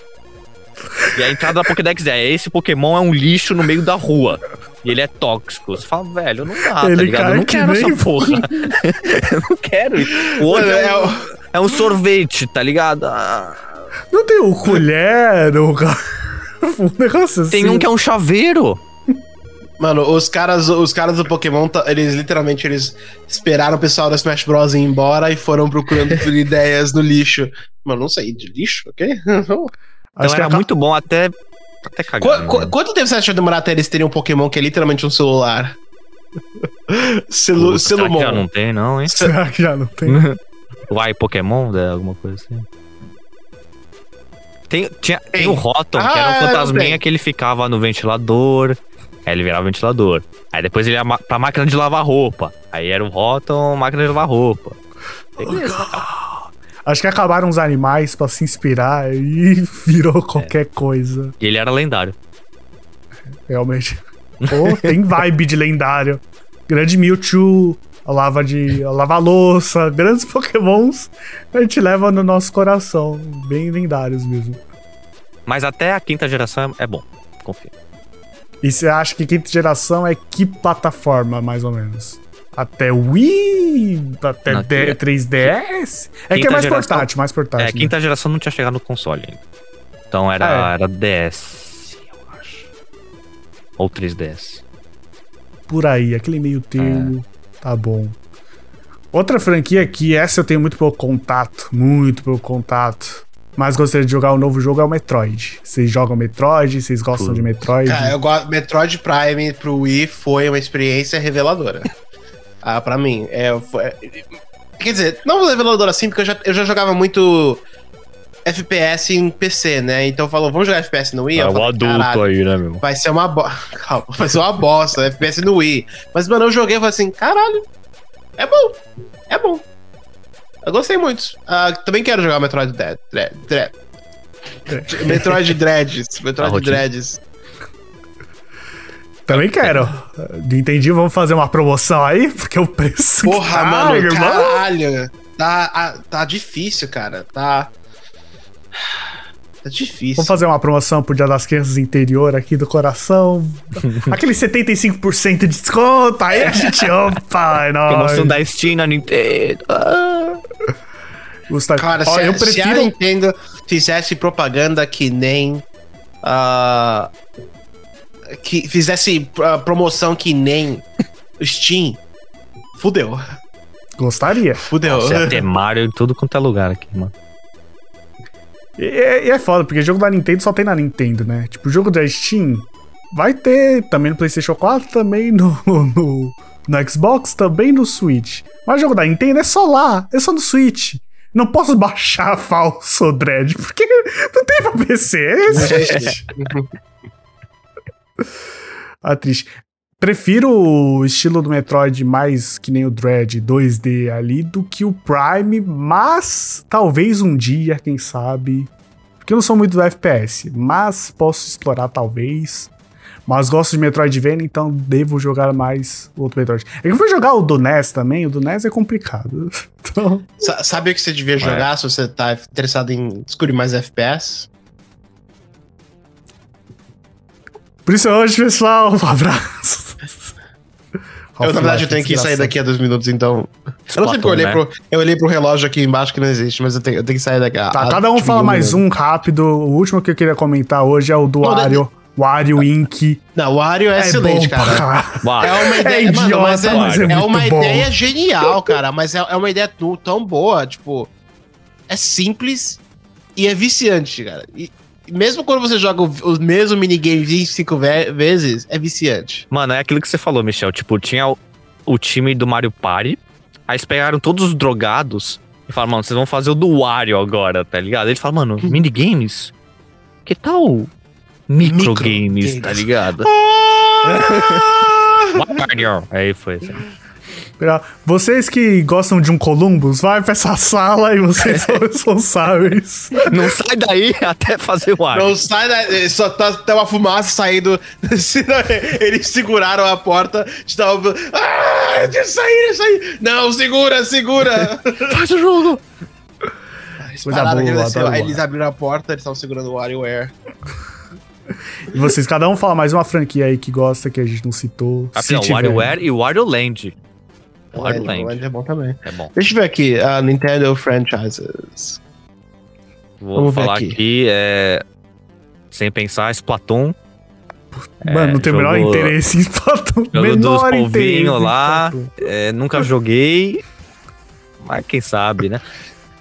Speaker 3: E a entrada da Pokédex é, esse Pokémon é um lixo no meio da rua. E ele é tóxico. Você fala, velho, não dá, tá
Speaker 1: Ele
Speaker 3: ligado?
Speaker 1: cai
Speaker 3: Eu não
Speaker 1: que
Speaker 3: quero
Speaker 1: nem
Speaker 3: essa porra. Eu não quero isso. O outro é um, é um sorvete, tá ligado? Ah,
Speaker 1: Não tem o colher, o... um negócio assim.
Speaker 3: tem um que é um chaveiro.
Speaker 2: Mano, os caras, os caras do Pokémon, tá- eles literalmente eles esperaram o pessoal da Smash Bros ir embora e foram procurando por ideias no lixo. Mano, não sei, de lixo, ok?
Speaker 3: Então
Speaker 1: Acho que
Speaker 3: era
Speaker 1: a-
Speaker 3: muito bom até, até cagar.
Speaker 2: Qu- qu- quanto tempo você acha que vai demorar até eles terem um Pokémon que é literalmente um celular? Celu
Speaker 3: Puta, será que
Speaker 2: Celumon.
Speaker 3: já não tem, não, hein?
Speaker 1: Será que já não tem?
Speaker 3: O iPokémon, né? Alguma coisa assim. Tem, tinha, tem
Speaker 2: Tem.
Speaker 3: o Rotom, que era
Speaker 2: Ah,
Speaker 3: um
Speaker 2: não
Speaker 3: fantasminha
Speaker 2: tem.
Speaker 3: que ele ficava no ventilador. Aí ele virava ventilador. Aí depois ele ia ma- pra máquina de lavar roupa. Aí era o Rotom, máquina de lavar roupa. Beleza, cara.
Speaker 1: Acho que acabaram os animais pra se inspirar e virou qualquer coisa.
Speaker 3: E ele era lendário.
Speaker 1: Realmente. Pô, tem vibe de lendário. Grande Mewtwo, a lava de. a lava-louça, grandes pokémons a gente leva no nosso coração. Bem lendários mesmo.
Speaker 3: Mas até a quinta geração é, é bom. Confia.
Speaker 1: E você acha que quinta geração é que plataforma, mais ou menos? Até Wii? Até
Speaker 3: Não,
Speaker 1: D-
Speaker 3: que-
Speaker 1: três D S? É que é
Speaker 3: quinta
Speaker 1: mais
Speaker 3: geração-
Speaker 1: portátil, mais portátil.
Speaker 3: É,
Speaker 1: né?
Speaker 3: quinta geração não tinha chegado no console ainda. Então era,
Speaker 1: Ah, é.
Speaker 3: era D S, eu acho. Ou três D S.
Speaker 1: Por aí, aquele meio termo.
Speaker 3: É.
Speaker 1: Tá bom. Outra franquia que essa eu tenho muito pouco contato, muito pouco contato, mas gostaria de jogar um novo jogo é o Metroid. Vocês jogam Metroid? Vocês gostam de Metroid?
Speaker 2: Cara, eu gosto. Metroid Prime pro Wii foi uma experiência reveladora. Ah, pra mim. É, foi- quer dizer, não reveladora assim, porque eu já, eu já jogava muito F P S em P C, né? Então falou, vamos jogar F P S no Wii?
Speaker 3: É
Speaker 2: Eu
Speaker 3: o
Speaker 2: falei,
Speaker 3: adulto
Speaker 2: "Caralho,
Speaker 3: aí, né, meu irmão?
Speaker 2: vai ser uma bosta. Calma, vai ser uma bosta, F P S no Wii. Mas, mano, eu joguei e falei assim, caralho, é bom, é bom. Eu gostei muito. Ah, também quero jogar Metroid Dread. Dread, Dread. Metroid Dreads. Metroid
Speaker 3: rotina.
Speaker 2: Dreads.
Speaker 1: Também quero. Entendi, vamos fazer uma promoção aí, porque o preço. que
Speaker 2: Porra,
Speaker 1: tá,
Speaker 2: mano,
Speaker 1: irmão.
Speaker 2: caralho. Tá, ah, tá difícil, cara. Tá. Tá difícil.
Speaker 1: Vamos fazer uma promoção pro Dia das Crianças interior aqui do coração. Aquele setenta e cinco por cento de desconto. Aí a gente, opa, é nóis.
Speaker 3: Promoção da Steam na Nintendo. Ah.
Speaker 1: Gostaria.
Speaker 2: Cara,
Speaker 1: Ó,
Speaker 2: se,
Speaker 1: eu
Speaker 2: a, se a
Speaker 1: prefiro.
Speaker 2: Nintendo fizesse propaganda que nem... ah, que fizesse ah, promoção que nem Steam, fudeu.
Speaker 1: Gostaria.
Speaker 2: Fudeu.
Speaker 3: Você ia ter Mario em tudo quanto é lugar aqui, mano.
Speaker 1: E é, e é foda, porque jogo da Nintendo só tem na Nintendo, né? Tipo, o jogo da Steam vai ter também no PlayStation quatro, também no, no, no Xbox, também no Switch. Mas o jogo da Nintendo é só lá, é só no Switch. Não posso baixar falso Dread, porque não tem pra P C. É triste. Ah, triste. Prefiro o estilo do Metroid mais que nem o Dread dois D ali do que o Prime, mas talvez um dia, quem sabe. Porque eu não sou muito do F P S, mas posso explorar talvez. Mas gosto de Metroidvania, então devo jogar mais o outro Metroid. É que eu fui jogar o do N E S também, o do N E S é complicado. Então...
Speaker 2: Sa- Sabe o que você devia jogar é. se você tá interessado em descobrir mais F P S?
Speaker 1: Por isso hoje, pessoal, um abraço.
Speaker 2: Eu, na verdade, eu tenho que sair daqui a dois minutos, então. Eu não sei porque eu olhei, né? pro, eu olhei pro relógio aqui embaixo que não existe, mas eu tenho, eu tenho que sair daqui. A,
Speaker 1: tá,
Speaker 2: a,
Speaker 1: cada um fala mais um rápido. O último que eu queria comentar hoje é o do Wario. Wario Inc.
Speaker 2: Não, o Wario é, é excelente, cara. É uma ideia,
Speaker 1: é idiota,
Speaker 2: mano, mas é,
Speaker 1: mas é,
Speaker 2: é uma
Speaker 1: muito
Speaker 2: ideia
Speaker 1: bom.
Speaker 2: genial, cara. Mas é, é uma ideia tão, tão boa, tipo. É simples e é viciante, cara. E, mesmo quando você joga o, o mesmo minigame vinte e cinco ve- vezes, é viciante.
Speaker 3: Mano, é aquilo que você falou, Michel. Tipo, tinha o, o time do Mario Party. Aí eles pegaram todos os drogados e falaram, mano, vocês vão fazer o do Wario agora, tá ligado? Ele fala, mano, minigames? Que tal microgames, Micro tá ligado? Wario. Aí foi assim.
Speaker 1: Vocês que gostam de um Columbus, vai pra essa sala e vocês são responsáveis.
Speaker 3: Não sai daí até fazer o ar.
Speaker 2: Não sai daí, só tá, tá uma fumaça saindo. Eles seguraram a porta, estavam. Ah, deixa eu sair, deixa eu sair. Não, segura, segura.
Speaker 3: Faz o jogo.
Speaker 2: Eles, pararam, boa, desceu, aí eles abriram a porta, eles estavam segurando o WarioWare.
Speaker 1: E vocês, cada um fala mais uma franquia aí que gosta, que a gente não citou.
Speaker 3: Ah, não, WarioWare e Wario Land.
Speaker 2: O Wario Land. Land é bom também.
Speaker 3: É bom.
Speaker 2: Deixa eu ver aqui, a uh, Nintendo Franchises.
Speaker 3: Vou Vamos falar aqui. aqui, é... sem pensar, Splatoon.
Speaker 1: Mano, é, não tem o menor interesse em Splatoon.
Speaker 3: Jogo
Speaker 1: menor
Speaker 3: dos polvinhos lá, é, nunca joguei, mas quem sabe, né?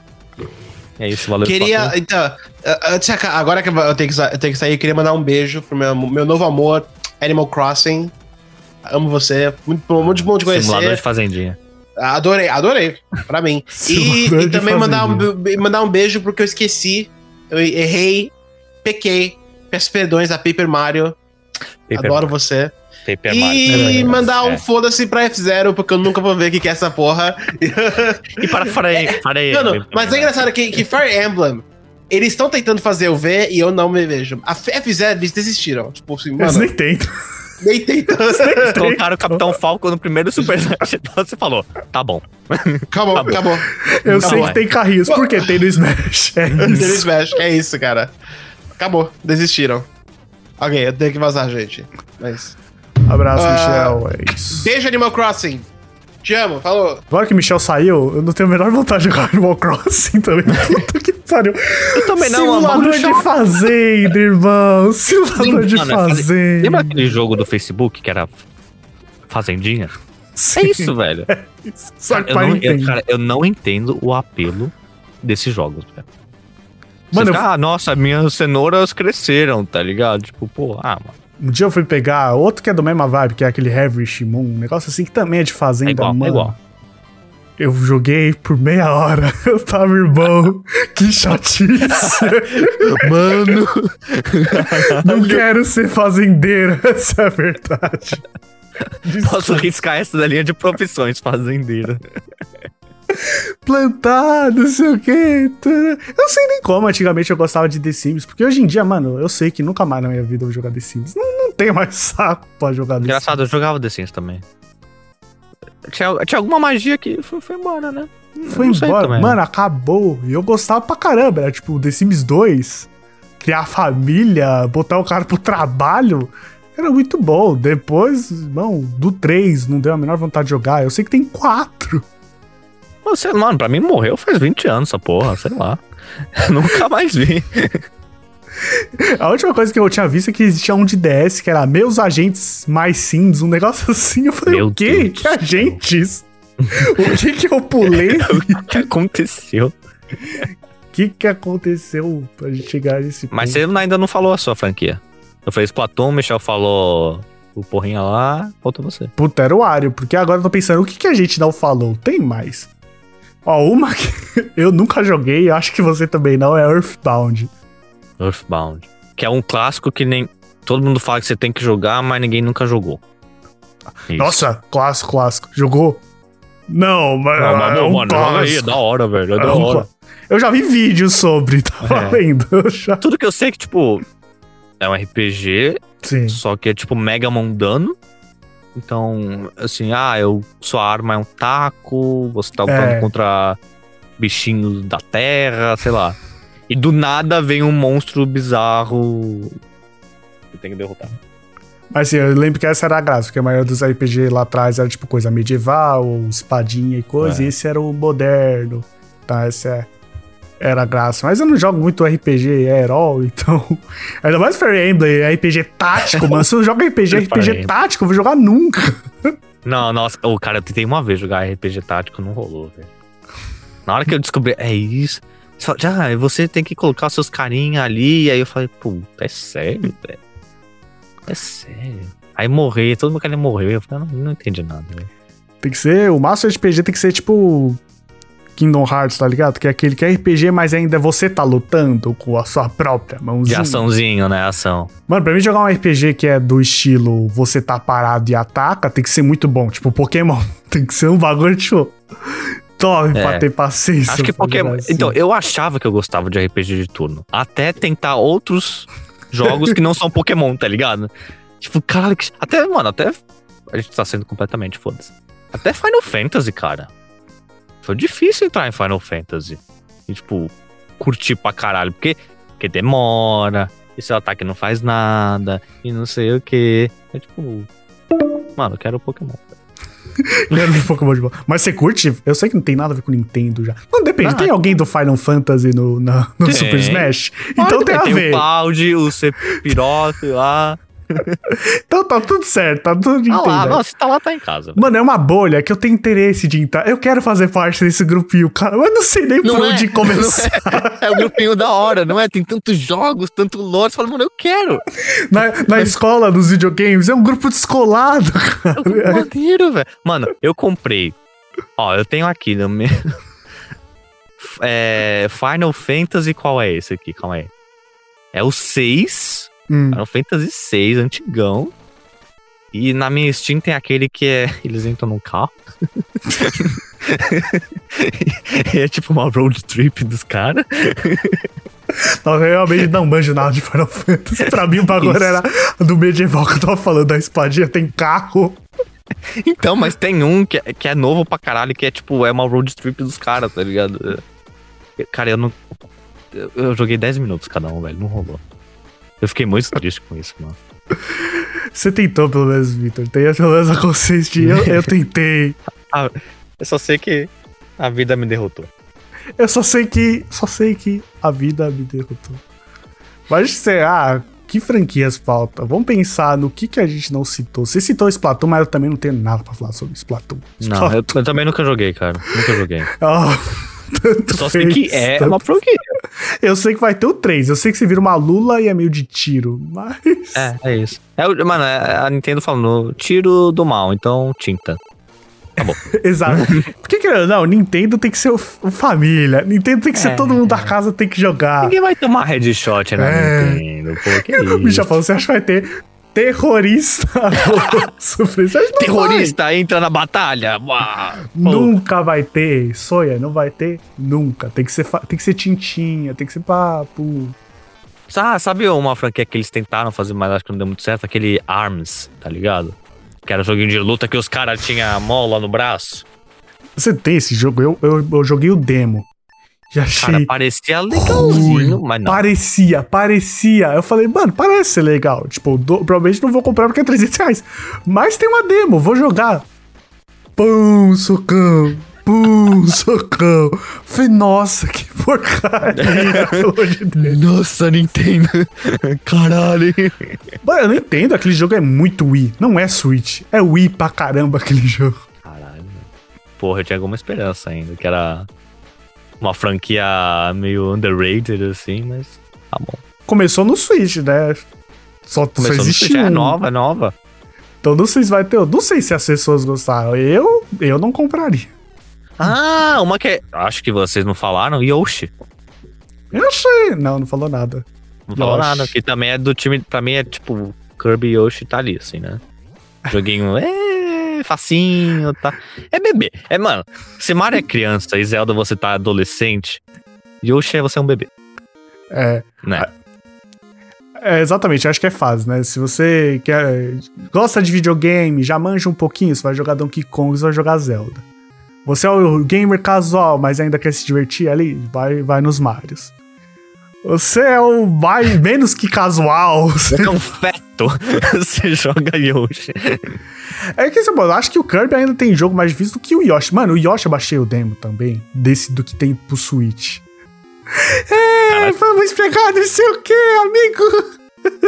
Speaker 3: É isso, valeu.
Speaker 2: Queria, então, antes, agora que eu tenho que, eu tenho que sair, eu queria mandar um beijo pro meu, meu novo amor, Animal Crossing. Amo você, muito, muito bom te conhecer.
Speaker 3: Simulador de fazendinha.
Speaker 2: Adorei, adorei, pra mim. E, e também mandar um, mandar um beijo porque eu esqueci, eu errei, pequei. Peço perdões a Paper Mario.
Speaker 3: Paper
Speaker 2: Adoro
Speaker 3: Mario.
Speaker 2: você.
Speaker 3: Paper
Speaker 2: e
Speaker 3: Mario.
Speaker 2: mandar um
Speaker 3: é.
Speaker 2: foda-se pra F Zero, porque eu nunca vou ver o que, que é essa porra.
Speaker 3: E para Fire, Fire
Speaker 2: Não, não, mas é engraçado que, que Fire Emblem, eles estão tentando fazer eu ver e eu não me vejo. A F Zero, eles desistiram. Tipo assim, mano.
Speaker 1: Eles nem tentam.
Speaker 2: Nem tentam.
Speaker 3: Colocaram o Capitão Falcon no primeiro Super Smash. Você falou, tá bom.
Speaker 2: Acabou, acabou.
Speaker 1: Eu
Speaker 2: acabou.
Speaker 1: sei que tem carrinhos, porque tem no Smash. É isso.
Speaker 2: Tem no Smash, é isso, cara. Acabou, desistiram. Ok, eu tenho que vazar, gente. Mas...
Speaker 1: Abraço,
Speaker 2: uh,
Speaker 1: Michel. É isso.
Speaker 2: Beijo, Animal Crossing. Te amo, falou.
Speaker 1: Agora que o Michel saiu, eu não tenho a menor vontade de jogar Animal Crossing também. Puta que pariu.
Speaker 3: Eu também não,
Speaker 1: Simulador de fazenda, irmão. Simulador Sim, de mano, fazenda.
Speaker 3: Lembra aquele jogo do Facebook que era Fazendinha? Sim, é isso, velho. É isso. Só cara, eu não, eu, cara, eu não entendo o apelo desses jogos, velho. Mano, fica, eu... ah, nossa, minhas cenouras cresceram, tá ligado? Tipo, pô, ah, mano.
Speaker 1: Um dia eu fui pegar outro que é do mesma vibe, que é aquele Heavy Moon, um negócio assim que também é de fazenda, é
Speaker 3: igual,
Speaker 1: mano.
Speaker 3: É igual.
Speaker 1: Eu joguei por meia hora, eu tava, irmão, que chatice.
Speaker 3: Mano.
Speaker 1: Não quero ser fazendeiro, essa é a verdade.
Speaker 3: Desculpa. Posso riscar essa da linha de profissões, fazendeira.
Speaker 1: Plantar, não sei o que. Eu não sei nem como antigamente eu gostava de The Sims, porque hoje em dia, mano, eu sei que nunca mais na minha vida eu vou jogar The Sims. Não, não tenho mais saco pra jogar The Sims.
Speaker 3: Engraçado, eu jogava The Sims também. Tinha, tinha alguma magia que foi, foi embora, né?
Speaker 1: Foi embora, mano, acabou. E eu gostava pra caramba, era tipo The Sims dois, criar família, botar o cara pro trabalho. Era muito bom. Depois, não, do três, não deu a menor vontade de jogar. Eu sei que tem quatro.
Speaker 3: Você, mano, pra mim morreu faz vinte anos essa porra, sei lá. Nunca mais vi.
Speaker 1: A última coisa que eu tinha visto é que existia um de D S, que era Meus Agentes Mais Sims, um negócio assim. Eu falei,
Speaker 3: Meu
Speaker 1: o quê?
Speaker 3: Deus
Speaker 1: Que agentes? O que que eu pulei?
Speaker 3: O que aconteceu?
Speaker 1: O que que aconteceu pra gente chegar nesse ponto?
Speaker 3: Mas você ainda não falou a sua franquia. Eu falei Splatoon, o Michel falou o porrinha lá, faltou você.
Speaker 1: Puta, era o Wario, porque agora eu tô pensando, o que que a gente não falou? Tem mais. Ó, uma que eu nunca joguei, acho que você também não, é Earthbound.
Speaker 3: Earthbound. Que é um clássico que nem... Todo mundo fala que você tem que jogar, mas ninguém nunca jogou. Isso.
Speaker 1: Nossa, clássico, clássico. Jogou? Não, mas
Speaker 3: Não, mas,
Speaker 1: é um
Speaker 3: mano, joga aí, é da hora, velho, é da hora.
Speaker 1: Eu já vi vídeos sobre, tá valendo. Eu já...
Speaker 3: Tudo que eu sei é que, tipo, é um R P G,
Speaker 1: Sim.
Speaker 3: só que é, tipo, mega mundano. Então, assim, ah, eu, sua arma é um taco, você tá lutando
Speaker 1: É.
Speaker 3: contra bichinhos da terra, sei lá. E do nada vem um monstro bizarro que tem que derrotar.
Speaker 1: Mas assim, eu lembro que essa era a graça, porque a maioria dos R P G lá atrás era tipo coisa medieval, ou espadinha e coisa,
Speaker 3: É.
Speaker 1: e esse era o moderno. Tá, essa é, era a graça. Mas eu não jogo muito R P G herói, então... Ainda mais Fire Emblem, R P G tático, mano. Se eu jogo R P G, R P G tático, eu vou jogar nunca.
Speaker 3: Não, nossa, o cara, eu tentei uma vez jogar R P G tático, não rolou, velho. Na hora que eu descobri, é isso... Só, já, você tem que colocar os seus carinha ali. Aí eu falei, pô, é sério, velho? É sério. Aí morri, todo mundo queria morrer. Eu falei, não, não entendi nada, velho.
Speaker 1: Tem que ser, o máximo R P G tem que ser tipo Kingdom Hearts, tá ligado? Que é aquele que é R P G, mas ainda você tá lutando com a sua própria
Speaker 3: De
Speaker 1: mãozinha.
Speaker 3: açãozinho, né? Ação.
Speaker 1: Mano, pra mim jogar um R P G que é do estilo você tá parado e ataca, tem que ser muito bom. Tipo, Pokémon. Tem que ser um bagulho, tipo... Tome
Speaker 3: É.
Speaker 1: pra ter paciência.
Speaker 3: Acho que
Speaker 1: pra
Speaker 3: Pokémon.
Speaker 1: jogar assim.
Speaker 3: Então, eu achava que eu gostava de R P G de turno. Até tentar outros jogos que não são Pokémon, tá ligado? Tipo, caralho, que... até, mano, até. A gente tá sendo completamente foda-se. Até Final Fantasy, cara. Foi difícil entrar em Final Fantasy. E, tipo, curtir pra caralho. Porque, porque demora. E seu ataque não faz nada. E não sei o que. É tipo. Mano, eu quero Pokémon.
Speaker 1: Quero um Pokémon de bola. Mas você curte? Eu sei que não tem nada a ver com Nintendo já. Não, depende.
Speaker 3: Ah,
Speaker 1: tem alguém do Final Fantasy no, na- no
Speaker 3: Tem.
Speaker 1: Super Smash? Então tem a
Speaker 3: tem
Speaker 1: ver.
Speaker 3: o Cloud, o Sephiroth lá.
Speaker 1: Então tá tudo certo, tá tudo de
Speaker 3: Ah lá,
Speaker 1: Nintendo.
Speaker 3: nossa, tá lá, tá em casa.
Speaker 1: Mano, é uma bolha que eu tenho interesse de entrar. Eu quero fazer parte desse grupinho, cara. Mas não sei nem por
Speaker 3: Não é,
Speaker 1: onde começar.
Speaker 3: É o grupinho da hora, não é? Tem tantos jogos, tanto lore. Você fala, mano, eu quero.
Speaker 1: Na, na escola, nos videogames, é um grupo descolado,
Speaker 3: É um grupo
Speaker 1: cara.
Speaker 3: maneiro, velho. Mano, eu comprei. Ó, eu tenho aqui no meu. É, Final Fantasy, qual é esse aqui? Calma aí. É o seis.
Speaker 1: Hum.
Speaker 3: Final Fantasy seis, antigão. E na minha Steam tem aquele que é... Eles entram num carro. E é tipo uma road trip dos caras.
Speaker 1: Não, eu realmente não manjo nada de Final Fantasy. Pra mim, o bagulho
Speaker 3: Isso.
Speaker 1: era do medieval que eu tava falando. Da espadinha tem carro.
Speaker 3: Então, mas tem um que é, que é novo pra caralho, que é tipo, é uma road trip dos caras, tá ligado? Cara, eu não... Eu, eu joguei dez minutos cada um, velho, não rolou. Eu fiquei muito triste com isso, mano.
Speaker 1: Você tentou, pelo menos, Victor. Tem pelo menos a consciência de eu, eu tentei.
Speaker 3: Ah, eu só sei que a vida me derrotou.
Speaker 1: Eu só sei que. Só sei que a vida me derrotou. Mas sei, ah, que franquias falta? Vamos pensar no que, que a gente não citou. Você citou Splatoon, mas eu também não tenho nada pra falar sobre Splatoon.
Speaker 3: Não, eu, eu também nunca joguei, cara. Nunca joguei.
Speaker 1: Ah, tanto
Speaker 3: Só sei
Speaker 1: fez,
Speaker 3: que é
Speaker 1: tanto-
Speaker 3: uma franquia.
Speaker 1: Eu sei que vai ter o três. Eu sei que você vira uma Lula e é meio de tiro. Mas.
Speaker 3: É, é isso. É, o- mano, é a Nintendo falando tiro do mal, então tinta.
Speaker 1: Exato. Por que que não? Nintendo tem que ser o, o família. Nintendo tem que ser
Speaker 3: É.
Speaker 1: todo mundo da casa tem que jogar.
Speaker 3: Ninguém vai tomar headshot na
Speaker 1: É.
Speaker 3: Nintendo, pô, que
Speaker 1: O bicho já
Speaker 3: isso.
Speaker 1: falou, você acha que vai ter terrorista? Sofrer? Você acha que não
Speaker 3: Terrorista entra na batalha. Uau.
Speaker 1: vai? Nunca vai ter. Sonha, não vai ter? Nunca. Tem que ser, fa- tem que ser tintinha, tem que ser papo.
Speaker 3: Ah, sabe uma franquia que eles tentaram fazer, mas acho que não deu muito certo? Aquele ARMS, tá ligado? Que era joguinho de luta que os caras tinham a mola no braço.
Speaker 1: Você tem esse jogo? Eu, eu, eu joguei o demo. Já achei.
Speaker 3: Cara, parecia legalzinho, mas não.
Speaker 1: Parecia, parecia. Eu falei, mano, parece ser legal. Tipo, do- provavelmente não vou comprar porque é trezentos reais. Mas tem uma demo, vou jogar. Pum, socão. pum, socão. Falei, nossa, que porcaria, pelo amor de Deus.
Speaker 3: Nossa, Nintendo. Caralho.
Speaker 1: Mano, eu não entendo, aquele jogo é muito Wii. Não é Switch, é Wii pra caramba aquele jogo.
Speaker 3: Caralho. Porra, eu tinha alguma esperança ainda, que era uma franquia meio underrated, assim, mas tá bom.
Speaker 1: Começou no Switch, né? Só,
Speaker 3: Começou
Speaker 1: só
Speaker 3: no
Speaker 1: existe
Speaker 3: Switch,
Speaker 1: um.
Speaker 3: é nova, é nova.
Speaker 1: Então não sei se vai ter. Não sei se as pessoas gostaram. Eu, eu não compraria.
Speaker 3: Ah, uma que é... Acho que vocês não falaram, Yoshi.
Speaker 1: Eu sei. Não, não falou nada.
Speaker 3: Não falou
Speaker 1: Yoshi.
Speaker 3: nada, que também é do time... Pra mim é tipo, Kirby e Yoshi tá ali, assim, né? Joguinho, é... facinho, tá... É bebê. É, mano, se Mario é criança e Zelda você tá adolescente, Yoshi é você é um bebê.
Speaker 1: É.
Speaker 3: Né?
Speaker 1: É, exatamente, acho que é fase, né? Se você quer, gosta de videogame, já manja um pouquinho, você vai jogar Donkey Kong, você vai jogar Zelda. Você é o gamer casual, mas ainda quer se divertir ali, vai, vai nos Marios. Você é o mais, menos que casual.
Speaker 3: Você é um feto, você joga Yoshi.
Speaker 1: É que, mano, eu acho que o Kirby ainda tem jogo mais difícil do que o Yoshi. Mano, o Yoshi eu baixei o demo também, desse do que tem pro Switch. É, Caraca. Vamos pegar não sei o que, amigo.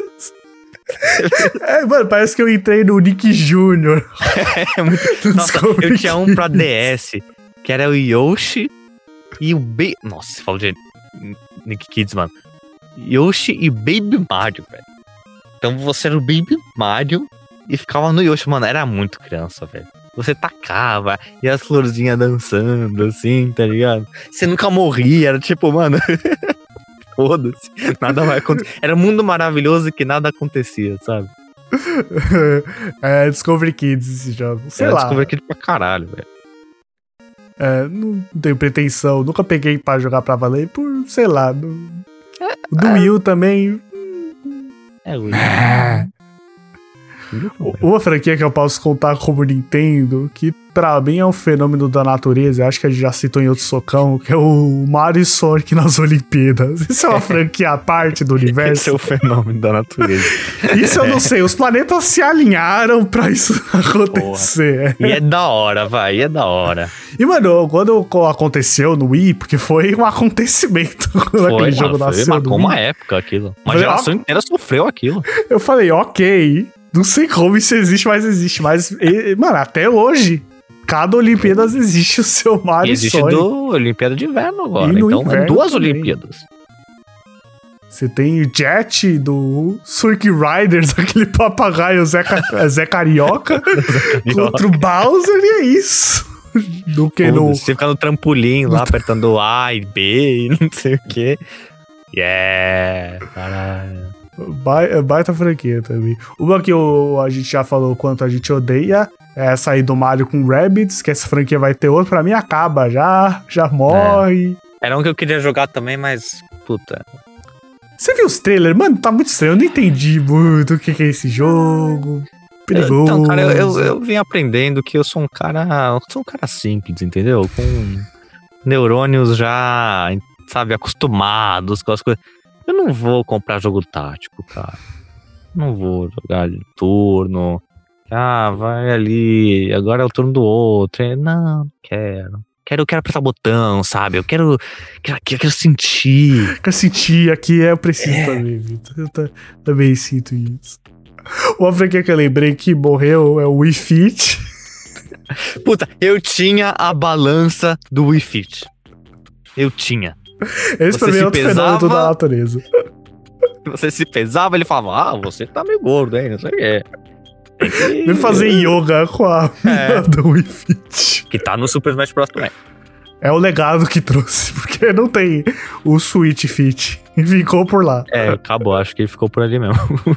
Speaker 1: É, mano, parece que eu entrei no Nick Júnior
Speaker 3: É muito... Nossa, eu tinha um pra D S, que era o Yoshi e o Baby... Nossa, você falou de Nick Kids, mano. Yoshi e Baby Mario, velho. Então você era o Baby Mario e ficava no Yoshi, mano, era muito criança, velho. Você tacava e as florzinhas dançando, assim, tá ligado? Você nunca morria, era tipo, mano... Foda-se, nada vai acontecer. Era um mundo maravilhoso que nada acontecia, sabe?
Speaker 1: É Discovery Kids esse jogo, sei
Speaker 3: é,
Speaker 1: lá.
Speaker 3: Discovery Kids pra caralho, velho.
Speaker 1: É, não tenho pretensão, nunca peguei pra jogar pra valer por, sei lá, no...
Speaker 3: é,
Speaker 1: o do
Speaker 3: é...
Speaker 1: Wii U também...
Speaker 3: É, Wii
Speaker 1: Uma franquia que eu posso contar como Nintendo, que pra mim é um fenômeno da natureza, acho que a gente já citou em outro socão, que é o Mario e Sonic nas Olimpíadas. Isso é uma franquia à parte do universo.
Speaker 3: Esse é o fenômeno da natureza.
Speaker 1: Isso eu não sei, os planetas se alinharam pra isso acontecer.
Speaker 3: Porra. E é da hora, vai, e é da hora.
Speaker 1: E, mano, quando aconteceu no Wii, porque foi um acontecimento quando
Speaker 3: foi,
Speaker 1: aquele jogo
Speaker 3: mano,
Speaker 1: nasceu.
Speaker 3: Foi, marcou uma época aquilo. Uma
Speaker 1: falei,
Speaker 3: geração
Speaker 1: ó,
Speaker 3: inteira sofreu aquilo.
Speaker 1: Eu falei, ok... Não sei como isso existe, mas existe. Mas, e, mano, até hoje, cada Olimpíadas existe o seu Mario
Speaker 3: e existe
Speaker 1: Sonic.
Speaker 3: do Olimpíada de Inverno agora.
Speaker 1: E no
Speaker 3: então,
Speaker 1: inverno
Speaker 3: é duas
Speaker 1: também.
Speaker 3: Olimpíadas.
Speaker 1: Você tem o Jet do Cirque Riders, aquele papagaio Zé, Zé Carioca, contra o Bowser, e é isso. Do que no...
Speaker 3: Você fica no trampolim lá, apertando A e B e não sei o que. Yeah, caralho.
Speaker 1: Ba- baita franquia também. Uma que eu, a gente já falou quanto a gente odeia é essa aí do Mario com Rabbids, que essa franquia vai ter outra. Pra mim acaba já, já morre.
Speaker 3: É. Era um que eu queria jogar também, mas puta.
Speaker 1: Você viu os trailers? Mano, tá muito estranho. Eu não entendi muito o que, que é esse jogo. Perigoso.
Speaker 3: Eu, então, cara, eu, eu, eu vim aprendendo que eu sou um cara. Eu sou um cara simples, entendeu? Com neurônios já, sabe, acostumados com as coisas. Eu não vou comprar jogo tático, cara. Não vou jogar de turno. Ah, vai ali. Agora é o turno do outro. Não, não quero. Quero, quero apertar botão, sabe? Eu quero, quero, quero sentir.
Speaker 1: Quero sentir aqui, eu preciso é. também, Vitor. Eu t- também sinto isso. Uma franquia que eu lembrei que morreu é o Wii Fit.
Speaker 3: Puta, eu tinha a balança do Wii Fit. Eu tinha.
Speaker 1: Esse
Speaker 3: você
Speaker 1: também é outro
Speaker 3: pesava,
Speaker 1: fenômeno da natureza.
Speaker 3: Você se pesava, ele falava, ah, você tá meio gordo, hein? Não sei o que. Que...
Speaker 1: Vem fazer yoga com a
Speaker 3: é.
Speaker 1: do Wii Fit.
Speaker 3: Que tá no Super Smash Bros. Também.
Speaker 1: É o legado que trouxe, porque não tem o Switch Fit. E ficou por lá.
Speaker 3: É, acabou, acho que ele ficou por ali mesmo.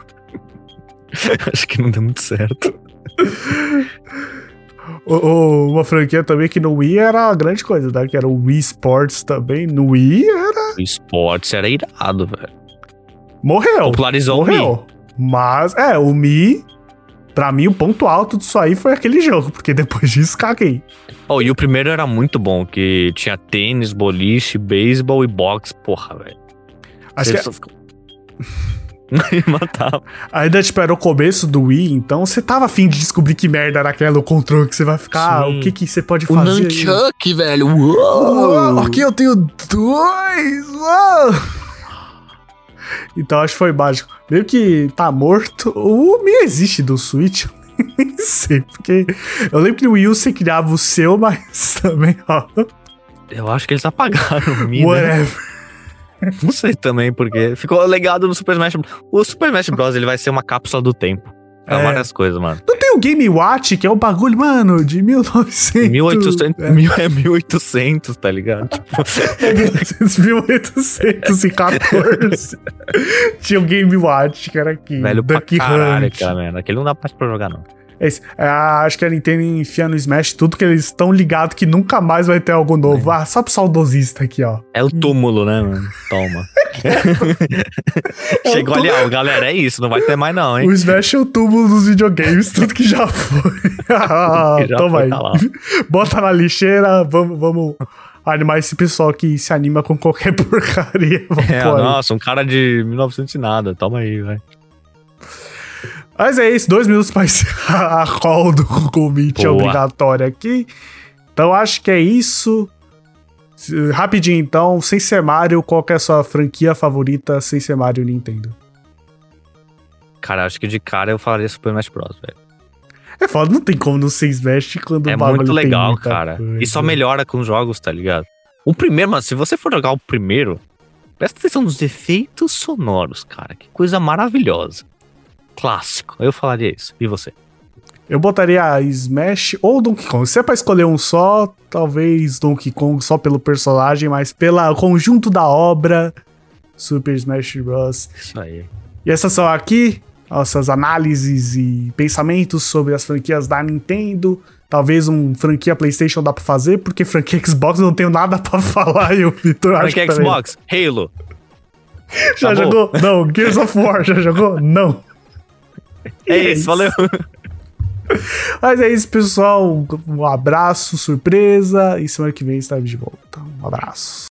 Speaker 3: Acho que não deu muito certo.
Speaker 1: O, o, uma franquia também que no Wii era a grande coisa, né? Que era o Wii Sports também. No Wii era...
Speaker 3: O esportes era irado, velho.
Speaker 1: Morreu.
Speaker 3: Popularizou
Speaker 1: morreu.
Speaker 3: o Wii.
Speaker 1: Mas, é, o Mi... Pra mim, o ponto alto disso aí foi aquele jogo, porque depois disso, caguei.
Speaker 3: Oh, e o primeiro era muito bom, que tinha tênis, boliche, beisebol e boxe. Porra, velho.
Speaker 1: Acho que...
Speaker 3: Só... E matava.
Speaker 1: Ainda, tipo, era o começo do Wii, então você tava afim de descobrir que merda era aquela, o controle que você vai ficar,
Speaker 3: Sim.
Speaker 1: o que que você pode
Speaker 3: O
Speaker 1: fazer.
Speaker 3: Nunchuck, velho.
Speaker 1: Uou,
Speaker 3: Uou.
Speaker 1: aqui eu tenho dois! Uou. Então acho que foi mágico. Meio que tá morto. O Mi existe do Switch? Eu nem sei, porque eu lembro que no Wii U você criava o seu, mas também, ó.
Speaker 3: Eu acho que eles apagaram o Mi, né?
Speaker 1: Whatever.
Speaker 3: Não sei também, porque ficou legado no Super Smash Bros. O Super Smash Bros. Ele vai ser uma cápsula do tempo. Pra
Speaker 1: É.
Speaker 3: várias coisas, mano.
Speaker 1: Não tem o Game Watch, que é um bagulho, mano, de mil e novecentos.
Speaker 3: mil e oitocentos,
Speaker 1: É.
Speaker 3: mil, é mil e oitocentos, tá ligado? Tipo,
Speaker 1: mil oitocentos e quatorze. Tinha o Game Watch, que era aqui.
Speaker 3: velho pra
Speaker 1: Duck
Speaker 3: caralho,
Speaker 1: Hunt.
Speaker 3: aquela merda. Aquele não dá mais pra jogar, não.
Speaker 1: É isso. É, acho que a Nintendo enfia no Smash tudo que eles estão ligados que nunca mais vai ter algo novo.
Speaker 3: É.
Speaker 1: Ah, só pro saudosista aqui, ó.
Speaker 3: É o túmulo, né, mano? Toma. Chegou ali, ó, galera, é isso, não vai ter mais não, hein?
Speaker 1: O Smash é o túmulo dos videogames, tudo que já foi. Ah,
Speaker 3: Que já
Speaker 1: toma
Speaker 3: foi,
Speaker 1: aí.
Speaker 3: tá lá.
Speaker 1: Bota na lixeira, vamos, vamos animar esse pessoal que se anima com qualquer porcaria. Vamos
Speaker 3: É,
Speaker 1: pôr aí.
Speaker 3: nossa, um cara de mil e novecentos e nada, toma aí, velho.
Speaker 1: Mas é isso, dois minutos pra encerrar a call do Google Meet é
Speaker 3: Boa.
Speaker 1: obrigatória aqui. Então acho que é isso. Se- Rapidinho então, sem ser Mario, qual que é a sua franquia favorita sem ser Mario Nintendo?
Speaker 3: Cara, acho que de cara eu falaria Super Smash Bros, velho.
Speaker 1: É foda, não tem como não ser Smash quando
Speaker 3: É
Speaker 1: o bagulho
Speaker 3: muito
Speaker 1: tem
Speaker 3: legal,
Speaker 1: muita
Speaker 3: cara.
Speaker 1: coisa.
Speaker 3: E só melhora com os jogos, tá ligado? O primeiro, mano, se você for jogar o primeiro, presta atenção nos efeitos sonoros, cara. Que coisa maravilhosa. Clássico. Eu falaria isso. E você?
Speaker 1: Eu botaria Smash ou Donkey Kong. Se é pra escolher um só, talvez Donkey Kong só pelo personagem, mas pelo conjunto da obra, Super Smash Bros.
Speaker 3: Isso aí.
Speaker 1: E essas são aqui nossas análises e pensamentos sobre as franquias da Nintendo. Talvez um franquia PlayStation dá pra fazer, porque franquia Xbox eu não tenho nada pra falar. E o Vitor acha
Speaker 3: Mas que
Speaker 1: que também.
Speaker 3: Xbox? Halo.
Speaker 1: Já
Speaker 3: Acabou?
Speaker 1: jogou? Não. Gears of War já jogou? Não.
Speaker 3: É
Speaker 1: E
Speaker 3: isso, valeu.
Speaker 1: Mas é isso, pessoal. Um abraço, surpresa. E semana que vem estaremos de volta. Um abraço.